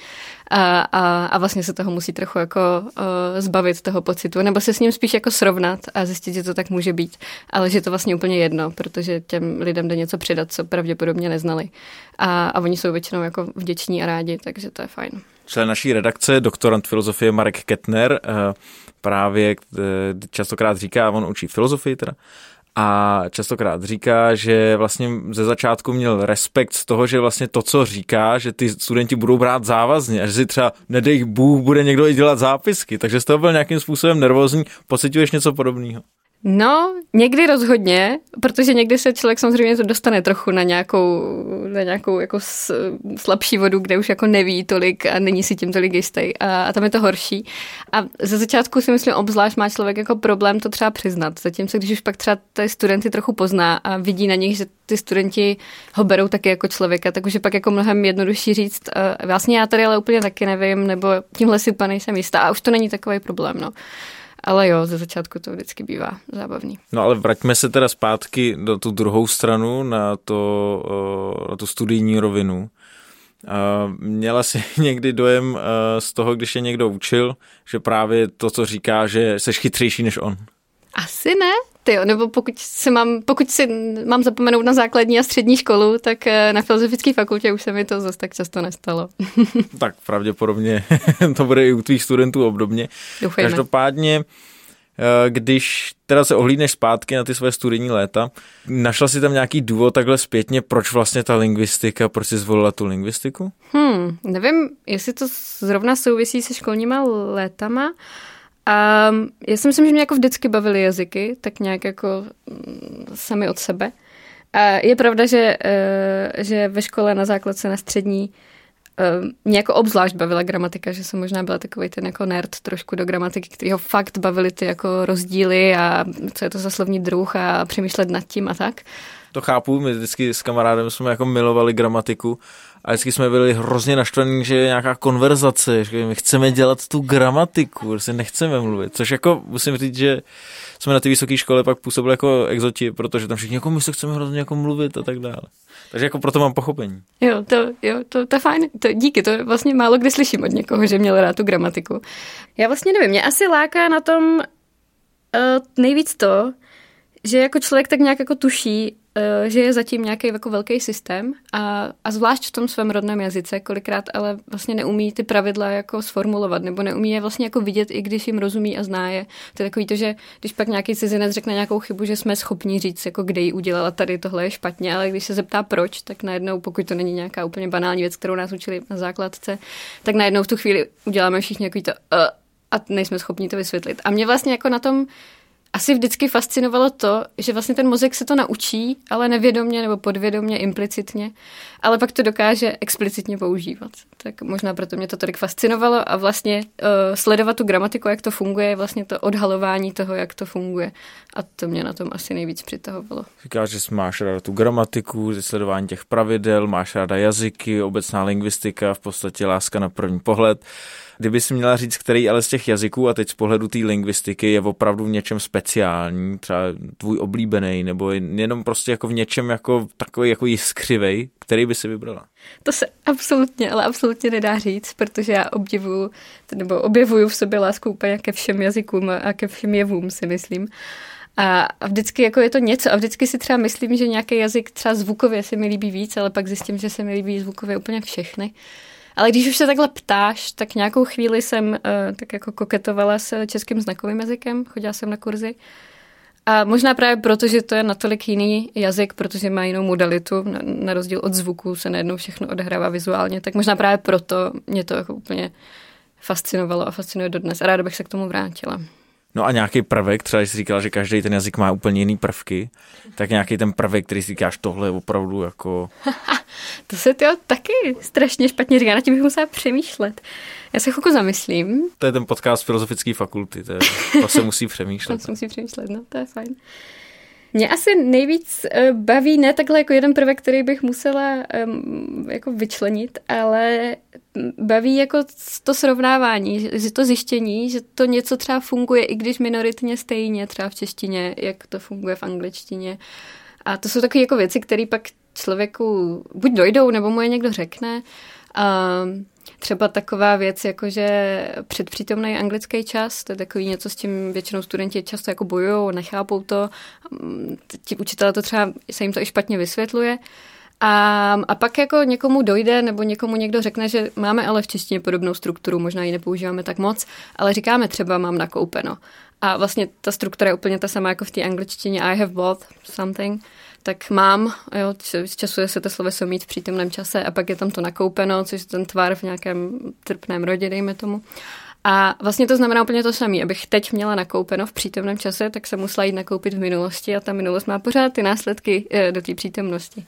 A vlastně se toho musí trochu jako zbavit toho pocitu, nebo se s ním spíš jako srovnat a zjistit, že to tak může být, ale že je to vlastně úplně jedno, protože těm lidem jde něco předat, co pravděpodobně neznali. A oni jsou většinou jako vděční a rádi, takže to je fajn. Člen naší redakce, doktorant filozofie Marek Kettner, právě častokrát říká, on učí filozofii teda, a častokrát říká, že vlastně ze začátku měl respekt z toho, že vlastně to, co říká, že ty studenti budou brát závazně a že si třeba, nedej Bůh, bude někdo i dělat zápisky, takže z toho byl nějakým způsobem nervózní. Pociťuješ něco podobného? No, někdy rozhodně, protože někdy se člověk samozřejmě to dostane trochu na nějakou jako slabší vodu, kde už jako neví tolik a není si tím tolik jistý a tam je to horší. A ze začátku si myslím, obzvlášť má člověk jako problém to třeba přiznat. Zatímco když už pak třeba ty studenty trochu pozná a vidí na nich, že ty studenti ho berou taky jako člověka, tak už je pak jako mnohem jednodušší říct, vlastně já tady ale úplně taky nevím, nebo tímhle si úplně nejsem jistá a už to není takový problém, no. Ale jo, ze začátku to vždycky bývá zábavný. No ale vraťme se teda zpátky do tu druhou stranu, na tu studijní rovinu. Měla jsi někdy dojem z toho, když je někdo učil, že právě to, co říká, že seš chytřejší než on? Asi ne, tyjo, nebo pokud si mám zapomenout na základní a střední školu, tak na filozofické fakultě už se mi to zase tak často nestalo. Tak pravděpodobně to bude i u tvých studentů obdobně. Doufejme. Každopádně, když teda se ohlídneš zpátky na ty své studijní léta, našla jsi tam nějaký důvod takhle zpětně, proč vlastně ta lingvistika, proč jsi zvolila tu lingvistiku? Nevím, jestli to zrovna souvisí se školníma létama. A já si myslím, že mě jako vždycky bavily jazyky, tak nějak jako sami od sebe. A je pravda, že ve škole na základce, na střední mě jako obzvlášť bavila gramatika, že jsem možná byla takovej ten jako nerd trošku do gramatiky, kterýho fakt bavily ty jako rozdíly a co je to za slovní druh a přemýšlet nad tím a tak. To chápu, my vždycky s kamarádem jsme jako milovali gramatiku a vždycky jsme byli hrozně naštvaní, že je nějaká konverzace, že my chceme dělat tu gramatiku, že si nechceme mluvit, což jako musím říct, že jsme na té vysoké škole pak působili jako exoti, protože tam všichni jako my se chceme hrozně jako mluvit a tak dále. Takže jako proto mám pochopení. Jo, to je fajn. Díky, to vlastně málo kdy slyším od někoho, že měl rád tu gramatiku. Já vlastně nevím, mě asi láká na tom nejvíc to, že jako člověk tak nějak jako tuší, že je zatím nějaký jako velký systém a zvlášť v tom svém rodném jazyce, kolikrát ale vlastně neumí ty pravidla jako sformulovat, nebo neumí je vlastně jako vidět, i když jim rozumí a zná je. To je takový to, že když pak nějaký cizinec řekne nějakou chybu, že jsme schopni říct, jako kde ji udělala, tady tohle je špatně, ale když se zeptá proč, tak najednou, pokud to není nějaká úplně banální věc, kterou nás učili na základce, tak najednou v tu chvíli uděláme všichni takový to a nejsme schopni to vysvětlit. A mě vlastně jako na tom asi vždycky fascinovalo to, že vlastně ten mozek se to naučí, ale nevědomě nebo podvědomě, implicitně, ale pak to dokáže explicitně používat. Tak možná proto mě to tolik fascinovalo a vlastně sledovat tu gramatiku, jak to funguje, vlastně to odhalování toho, jak to funguje. A to mě na tom asi nejvíc přitahovalo. Říkáš, že máš ráda tu gramatiku, sledování těch pravidel, máš ráda jazyky, obecná lingvistika, v podstatě láska na první pohled. Kdyby si měla říct, který ale z těch jazyků a teď z pohledu té lingvistiky je opravdu v něčem speciální, třeba tvůj oblíbený, nebo jenom prostě jako v něčem jako takový jako jiskřivej, který by si vybrala? To se absolutně nedá říct, protože já objevuju v sobě lásku úplně ke všem jazykům a ke všem jevům, si myslím. A vždycky jako je to něco a vždycky si třeba myslím, že nějaký jazyk třeba zvukově se mi líbí víc, ale pak zjistím, že se mi líbí zvukově úplně všechny. Ale když už se takhle ptáš, tak nějakou chvíli jsem tak jako koketovala s českým znakovým jazykem, chodila jsem na kurzy. A možná právě proto, že to je natolik jiný jazyk, protože má jinou modalitu, na rozdíl od zvuku se najednou všechno odehrává vizuálně, tak možná právě proto mě to jako úplně fascinovalo a fascinuje dodnes a ráda bych se k tomu vrátila. No a nějaký prvek, třeba když jsi říkala, že každý ten jazyk má úplně jiný prvky, tak nějaký ten prvek, který si říkáš, tohle je opravdu jako... To se taky strašně špatně říká, na tím bych musela přemýšlet. Já se chvilku zamyslím. To je ten podcast Filozofické fakulty, to se musí přemýšlet. To se musí přemýšlet, no to je fajn. Mě asi nejvíc baví ne takhle jako jeden prvek, který bych musela jako vyčlenit, ale baví jako to srovnávání, že to zjištění, že to něco třeba funguje, i když minoritně stejně, třeba v češtině, jak to funguje v angličtině. A to jsou takové jako věci, které pak člověku buď dojdou, nebo mu je někdo řekne. Třeba taková věc, jako že předpřítomný anglický čas, to je takový něco, s tím většinou studenti často jako bojují, nechápou to, ti učitelé to třeba, se jim to i špatně vysvětluje. A pak jako někomu dojde, nebo někomu někdo řekne, že máme ale v češtině podobnou strukturu, možná ji nepoužíváme tak moc, ale říkáme třeba mám nakoupeno. A vlastně ta struktura je úplně ta sama jako v té angličtině I have bought something, tak mám, jo, časuje se to sloveso mít v přítomném čase a pak je tam to nakoupeno, což je ten tvar v nějakém trpném rodě, dejme tomu. A vlastně to znamená úplně to samé. Abych teď měla nakoupeno v přítomném čase, tak jsem musela jít nakoupit v minulosti a ta minulost má pořád ty následky do té přítomnosti.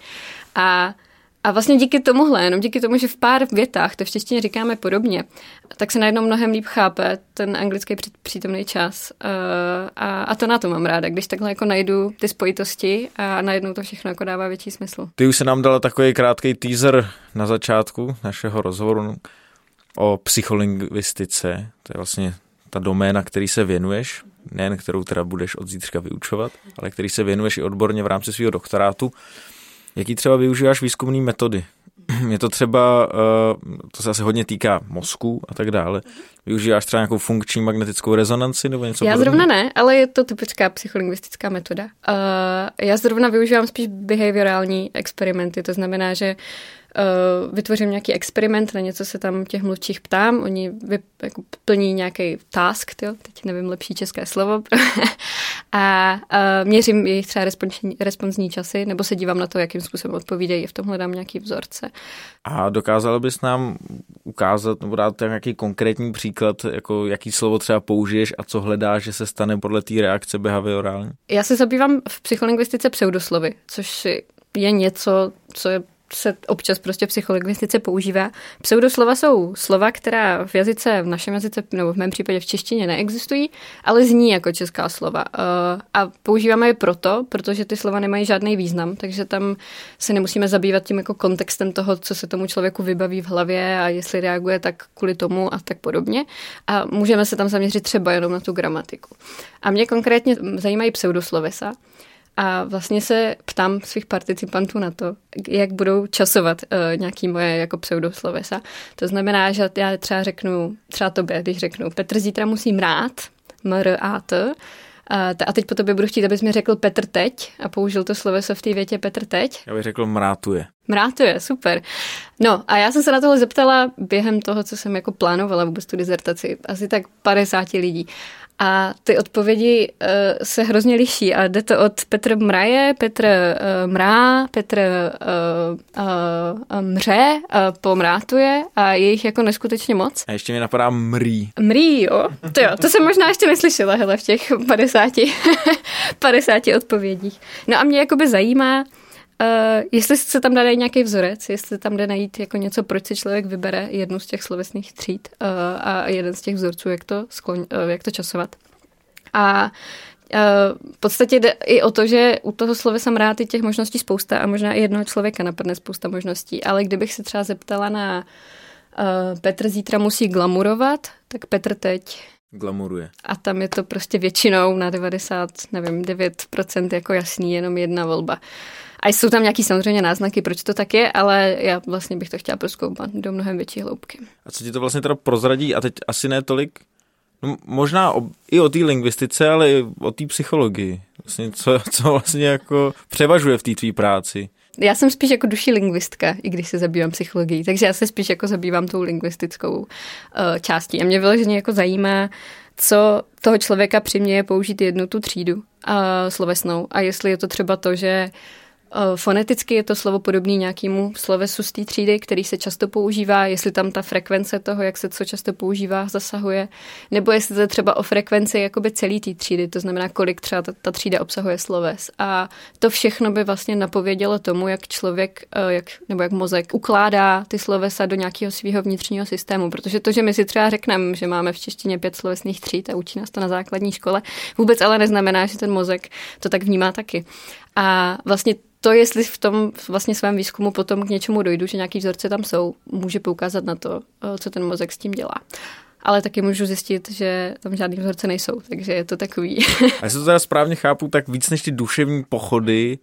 A vlastně díky tomuhle, jenom díky tomu, že v pár větách to v češtině říkáme podobně, tak se najednou mnohem líp chápe ten anglický přítomný čas. A to na to mám ráda, když takhle jako najdu ty spojitosti a najednou to všechno jako dává větší smysl. Ty už se nám dala takový krátký teaser na začátku našeho rozhovoru o psycholingvistice. To je vlastně ta doména, který se věnuješ, nejen kterou teda budeš od zítřka vyučovat, ale který se věnuješ i odborně v rámci svého doktorátu. Jaký třeba využíváš výzkumné metody? Je to třeba, to se asi hodně týká mozku a tak dále. Využíváš třeba nějakou funkční magnetickou rezonanci nebo něco podobného? Já zrovna ne, ale je to typická psycholingvistická metoda. Já zrovna využívám spíš behaviorální experimenty, to znamená, že vytvořím nějaký experiment, na něco se tam těch mluvčích ptám, oni jako plní nějaký task, teď nevím lepší české slovo, a měřím jejich třeba responsní časy, nebo se dívám na to, jakým způsobem odpovídají, v tom hledám nějaký vzorce. A dokázala bys nám ukázat, nebo dát nějaký konkrétní příklad, jako jaký slovo třeba použiješ a co hledáš, že se stane podle té reakce behaviorální? Já se zabývám v psycholingvistice pseudoslovy, což je něco, co se občas prostě v psycholingvistice používá. Pseudoslova jsou slova, která v jazyce, v našem jazyce, nebo v mém případě v češtině neexistují, ale zní jako česká slova. A používáme je protože ty slova nemají žádný význam, takže tam se nemusíme zabývat tím jako kontextem toho, co se tomu člověku vybaví v hlavě a jestli reaguje tak kvůli tomu a tak podobně. A můžeme se tam zaměřit třeba jenom na tu gramatiku. A mě konkrétně zajímají pseudoslovesa. A vlastně se ptám svých participantů na to, jak budou časovat nějaký moje jako pseudoslovesa. To znamená, že já třeba řeknu, třeba tobě, když řeknu Petr zítra musí mrát, M-R-A-T, a teď po tobě budu chtít, abys mi řekl Petr teď a použil to sloveso v té větě Petr teď. Já bych řekl mrátuje. Mrátuje, super. No a já jsem se na tohle zeptala během toho, co jsem jako plánovala vůbec tu dizertaci, asi tak 50 lidí. A ty odpovědi se hrozně liší a jde to od Petr mraje, Petr mrá, Petr mře, pomrátuje a je jich jako neskutečně moc. A ještě mi napadá mrý. Mrý, jo. To jsem možná ještě neslyšela, hele, v těch 50 odpovědích. No a mě jakoby zajímá, jestli se tam dá najít nějaký vzorec, jestli tam jde najít jako něco, proč si člověk vybere jednu z těch slovesných tříd a jeden z těch vzorců, jak to časovat. A v podstatě jde i o to, že u toho slovesa mrát je těch možností spousta a možná i jednoho člověka napadne spousta možností, ale kdybych se třeba zeptala na Petr zítra musí glamurovat, tak Petr teď glamuruje. A tam je to prostě většinou na 99% jako jasný, jenom jedna volba. A jsou tam nějaký samozřejmě náznaky, proč to tak je, ale já vlastně bych to chtěla prozkoumat do mnohem větší hloubky. A co ti to vlastně teda prozradí? A teď asi ne tolik, no možná i o té lingvistice, ale i o té psychologii. Vlastně co vlastně jako převažuje v té tvý práci? Já jsem spíš jako duší lingvistka, i když se zabývám psychologií, takže já se spíš jako zabývám tou lingvistickou částí. A mě vyloženě jako zajímá, co toho člověka přiměje použít jednu tu třídu slovesnou. A jestli je to třeba to, že Foneticky je to slovo podobné nějakému slovesu z té třídy, který se často používá, jestli tam ta frekvence toho, jak se co často používá, zasahuje, nebo jestli to je třeba o frekvenci jakoby celé té třídy, to znamená, kolik třeba ta třída obsahuje sloves. A to všechno by vlastně napovědělo tomu, jak člověk, nebo jak mozek ukládá ty slovesa do nějakého svého vnitřního systému, protože to, že my si třeba řekneme, že máme v češtině 5 slovesných tříd a učí nás to na základní škole, vůbec ale neznamená, že ten mozek to tak vnímá taky. A vlastně to, jestli v tom vlastně svém výzkumu potom k něčemu dojdu, že nějaký vzorce tam jsou, může poukázat na to, co ten mozek s tím dělá. Ale taky můžu zjistit, že tam žádný vzorce nejsou, takže je to takový. A jestli to teda správně chápu, tak víc než ty duševní pochody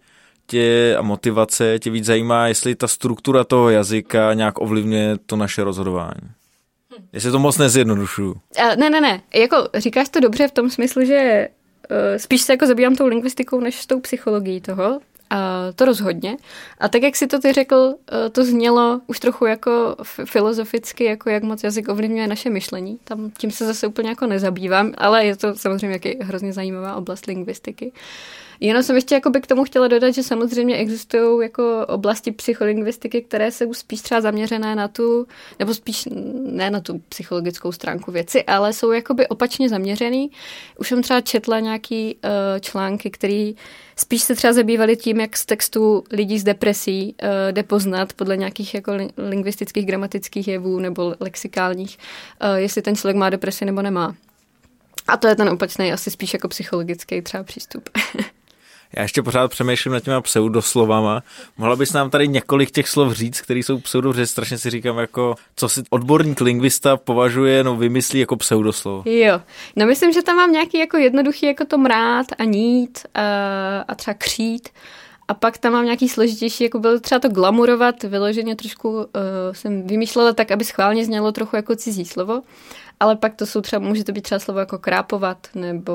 a motivace tě víc zajímá, jestli ta struktura toho jazyka nějak ovlivňuje to naše rozhodování. Jestli to moc nezjednodušuju. Ne. Jako říkáš to dobře v tom smyslu, že spíš se jako zabývám tou lingvistikou, než s tou psychologií toho. A to rozhodně. A tak, jak si to ty řekl, to znělo už trochu jako filozoficky, jako jak moc jazyk ovlivňuje naše myšlení. Tam tím se zase úplně jako nezabývám, ale je to samozřejmě jaký hrozně zajímavá oblast lingvistiky. Jenom jsem ještě k tomu chtěla dodat, že samozřejmě existují jako oblasti psycholingvistiky, které jsou spíš třeba zaměřené na tu, nebo spíš ne na tu psychologickou stránku věci, ale jsou jakoby opačně zaměřený. Už jsem třeba četla nějaký články, které spíš se třeba zabývaly tím, jak z textu lidí s depresí jde poznat podle nějakých jako lingvistických, gramatických jevů nebo lexikálních, jestli ten člověk má depresi nebo nemá. A to je ten opačný, asi spíš jako psychologický třeba přístup. Já ještě pořád přemýšlím nad těma pseudoslovama. Mohla bys nám tady několik těch slov říct, které jsou pseudo, strašně si říkám, jako, co si odborník lingvista považuje, vymyslí jako pseudoslovo. Jo, myslím, že tam mám nějaký jako jednoduchý, jako to mrát a nít a třeba křít. A pak tam mám nějaký složitější, jako bylo třeba to glamurovat, vyloženě trošku jsem vymýšlela tak, aby schválně znělo trochu jako cizí slovo. Ale pak to jsou třeba, může to být třeba slovo jako krápovat, nebo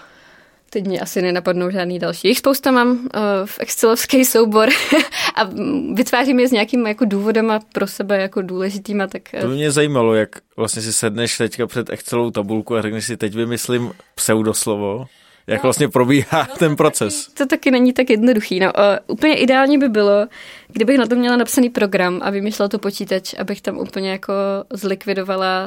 teď mě asi nenapadnou žádný další. Jich spousta mám v excelovský soubor a vytvářím je s nějakým jako důvodama pro sebe jako důležitýma. Tak to by mě zajímalo, jak vlastně si sedneš teďka před Excelovou tabulku a řekneš si, teď vymyslím pseudoslovo. Jak vlastně probíhá ten proces? To taky není tak jednoduchý. Úplně ideální by bylo, kdybych na to měla napsaný program a vymýšlela to počítač, abych tam úplně jako zlikvidovala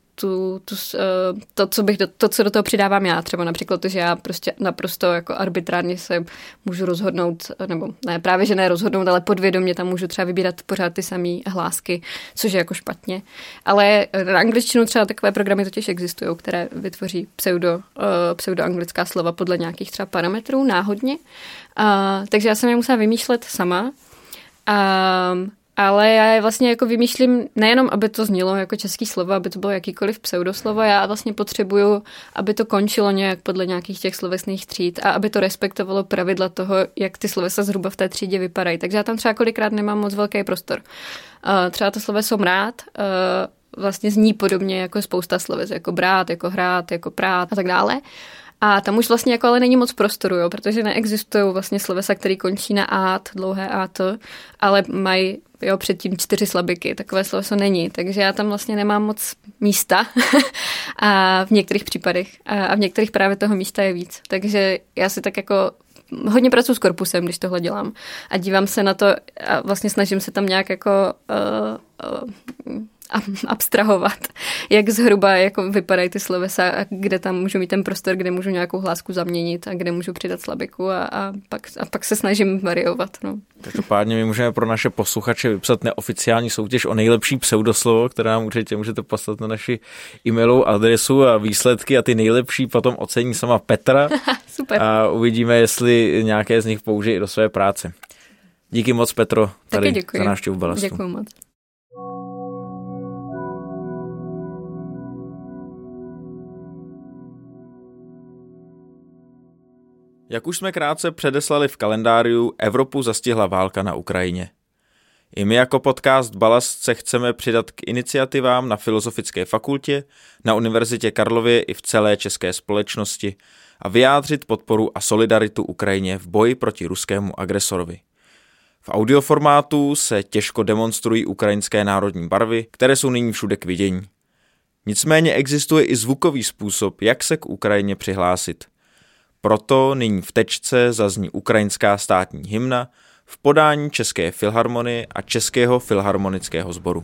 to, co do toho přidávám já. Třeba například to, že já prostě naprosto jako arbitrárně se můžu rozhodnout, nebo ne, právě že ne rozhodnout, ale podvědomě tam můžu třeba vybírat pořád ty samé hlásky, což je jako špatně. Ale na angličtinu třeba takové programy totiž existují, které vytvoří pseudoanglická slova podle nějakých třeba parametrů náhodně. Takže já jsem je musela vymýšlet sama. Ale já je vlastně jako vymýšlím nejenom, aby to znělo jako český slovo, aby to bylo jakýkoliv pseudoslovo, já vlastně potřebuju, aby to končilo nějak podle nějakých těch slovesných tříd a aby to respektovalo pravidla toho, jak ty slovesa zhruba v té třídě vypadají. Takže já tam třeba kolikrát nemám moc velký prostor. Třeba to sloveso mrát vlastně zní podobně jako spousta sloves, jako brát, jako hrát, jako prát a tak dále. A tam už vlastně jako ale není moc prostoru, jo, protože neexistují vlastně slovesa, které končí na át, dlouhé át, ale mají předtím 4 slabiky, takové sloveso není, takže já tam vlastně nemám moc místa a v některých případech a v některých právě toho místa je víc, takže já si tak jako hodně pracuji s korpusem, když tohle dělám a dívám se na to a vlastně snažím se tam nějak jako abstrahovat, jak zhruba jako vypadají ty slovesa a kde tam můžu mít ten prostor, kde můžu nějakou hlásku zaměnit a kde můžu přidat slabiku a pak se snažím variovat. No. Každopádně my můžeme pro naše posluchače vypsat neoficiální soutěž o nejlepší pseudoslovo, které nám určitě můžete poslat na naši e-mailovou adresu a výsledky a ty nejlepší potom ocení sama Petra. Super. A uvidíme, jestli nějaké z nich použije i do své práce. Díky moc, Petro, tady za návštěvu Balastu. Děkuji moc. Jak už jsme krátce předeslali v kalendáriu, Evropu zastihla válka na Ukrajině. I my jako podcast Balast se chceme přidat k iniciativám na Filozofické fakultě, na Univerzitě Karlově i v celé české společnosti a vyjádřit podporu a solidaritu Ukrajině v boji proti ruskému agresorovi. V audioformátu se těžko demonstrují ukrajinské národní barvy, které jsou nyní všude k vidění. Nicméně existuje i zvukový způsob, jak se k Ukrajině přihlásit. Proto nyní v tečce zazní ukrajinská státní hymna v podání České filharmonie a Českého filharmonického sboru.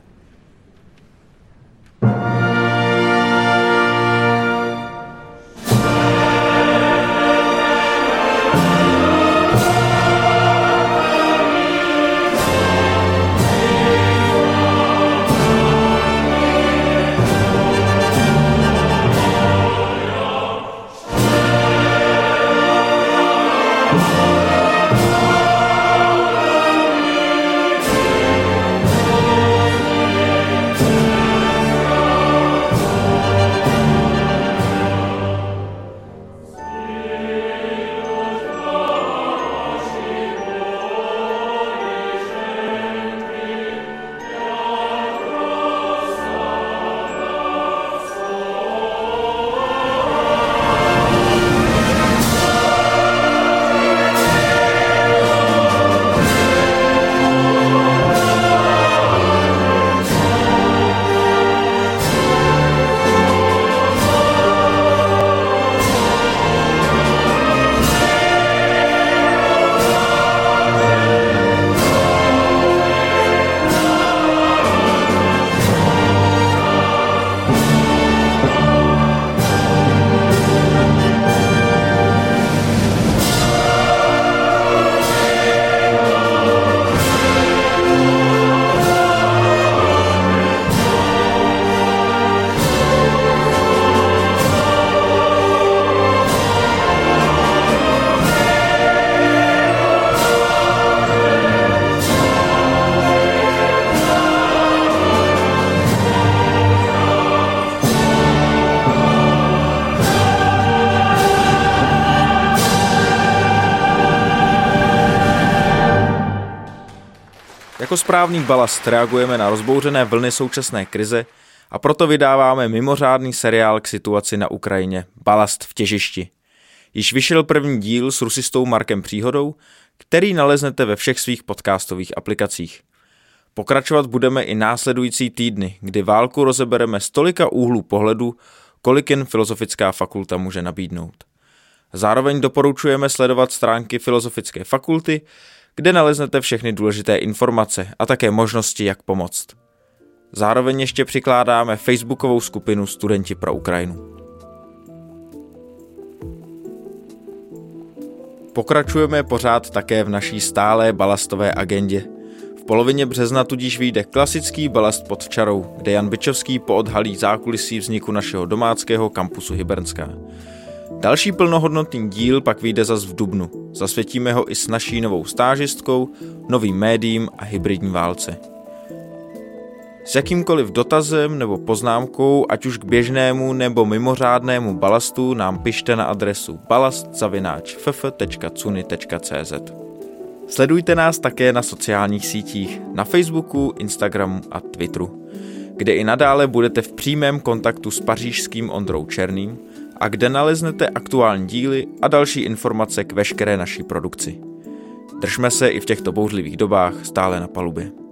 Jako správný balast reagujeme na rozbouřené vlny současné krize a proto vydáváme mimořádný seriál k situaci na Ukrajině Balast v těžišti. Již vyšel první díl s rusistou Markem Příhodou, který naleznete ve všech svých podcastových aplikacích. Pokračovat budeme i následující týdny, kdy válku rozebereme z tolika úhlů pohledu, kolik jen Filozofická fakulta může nabídnout. Zároveň doporučujeme sledovat stránky Filozofické fakulty, kde naleznete všechny důležité informace a také možnosti, jak pomoct. Zároveň ještě přikládáme facebookovou skupinu Studenti pro Ukrajinu. Pokračujeme pořád také v naší stálé balastové agendě. V polovině března tudíž vyjde klasický Balast pod čarou, kde Jan Byčovský poodhalí zákulisí vzniku našeho domáckého kampusu Hybernská. Další plnohodnotný díl pak vyjde zas v dubnu. Zasvětíme ho i s naší novou stážistkou, novým médiím a hybridní válce. S jakýmkoliv dotazem nebo poznámkou, ať už k běžnému nebo mimořádnému balastu, nám pište na adresu balast@ff.cuny.cz. Sledujte nás také na sociálních sítích, na Facebooku, Instagramu a Twitteru, kde i nadále budete v přímém kontaktu s pařížským Ondrou Černým a kde naleznete aktuální díly a další informace k veškeré naší produkci. Držme se i v těchto bouřlivých dobách stále na palubě.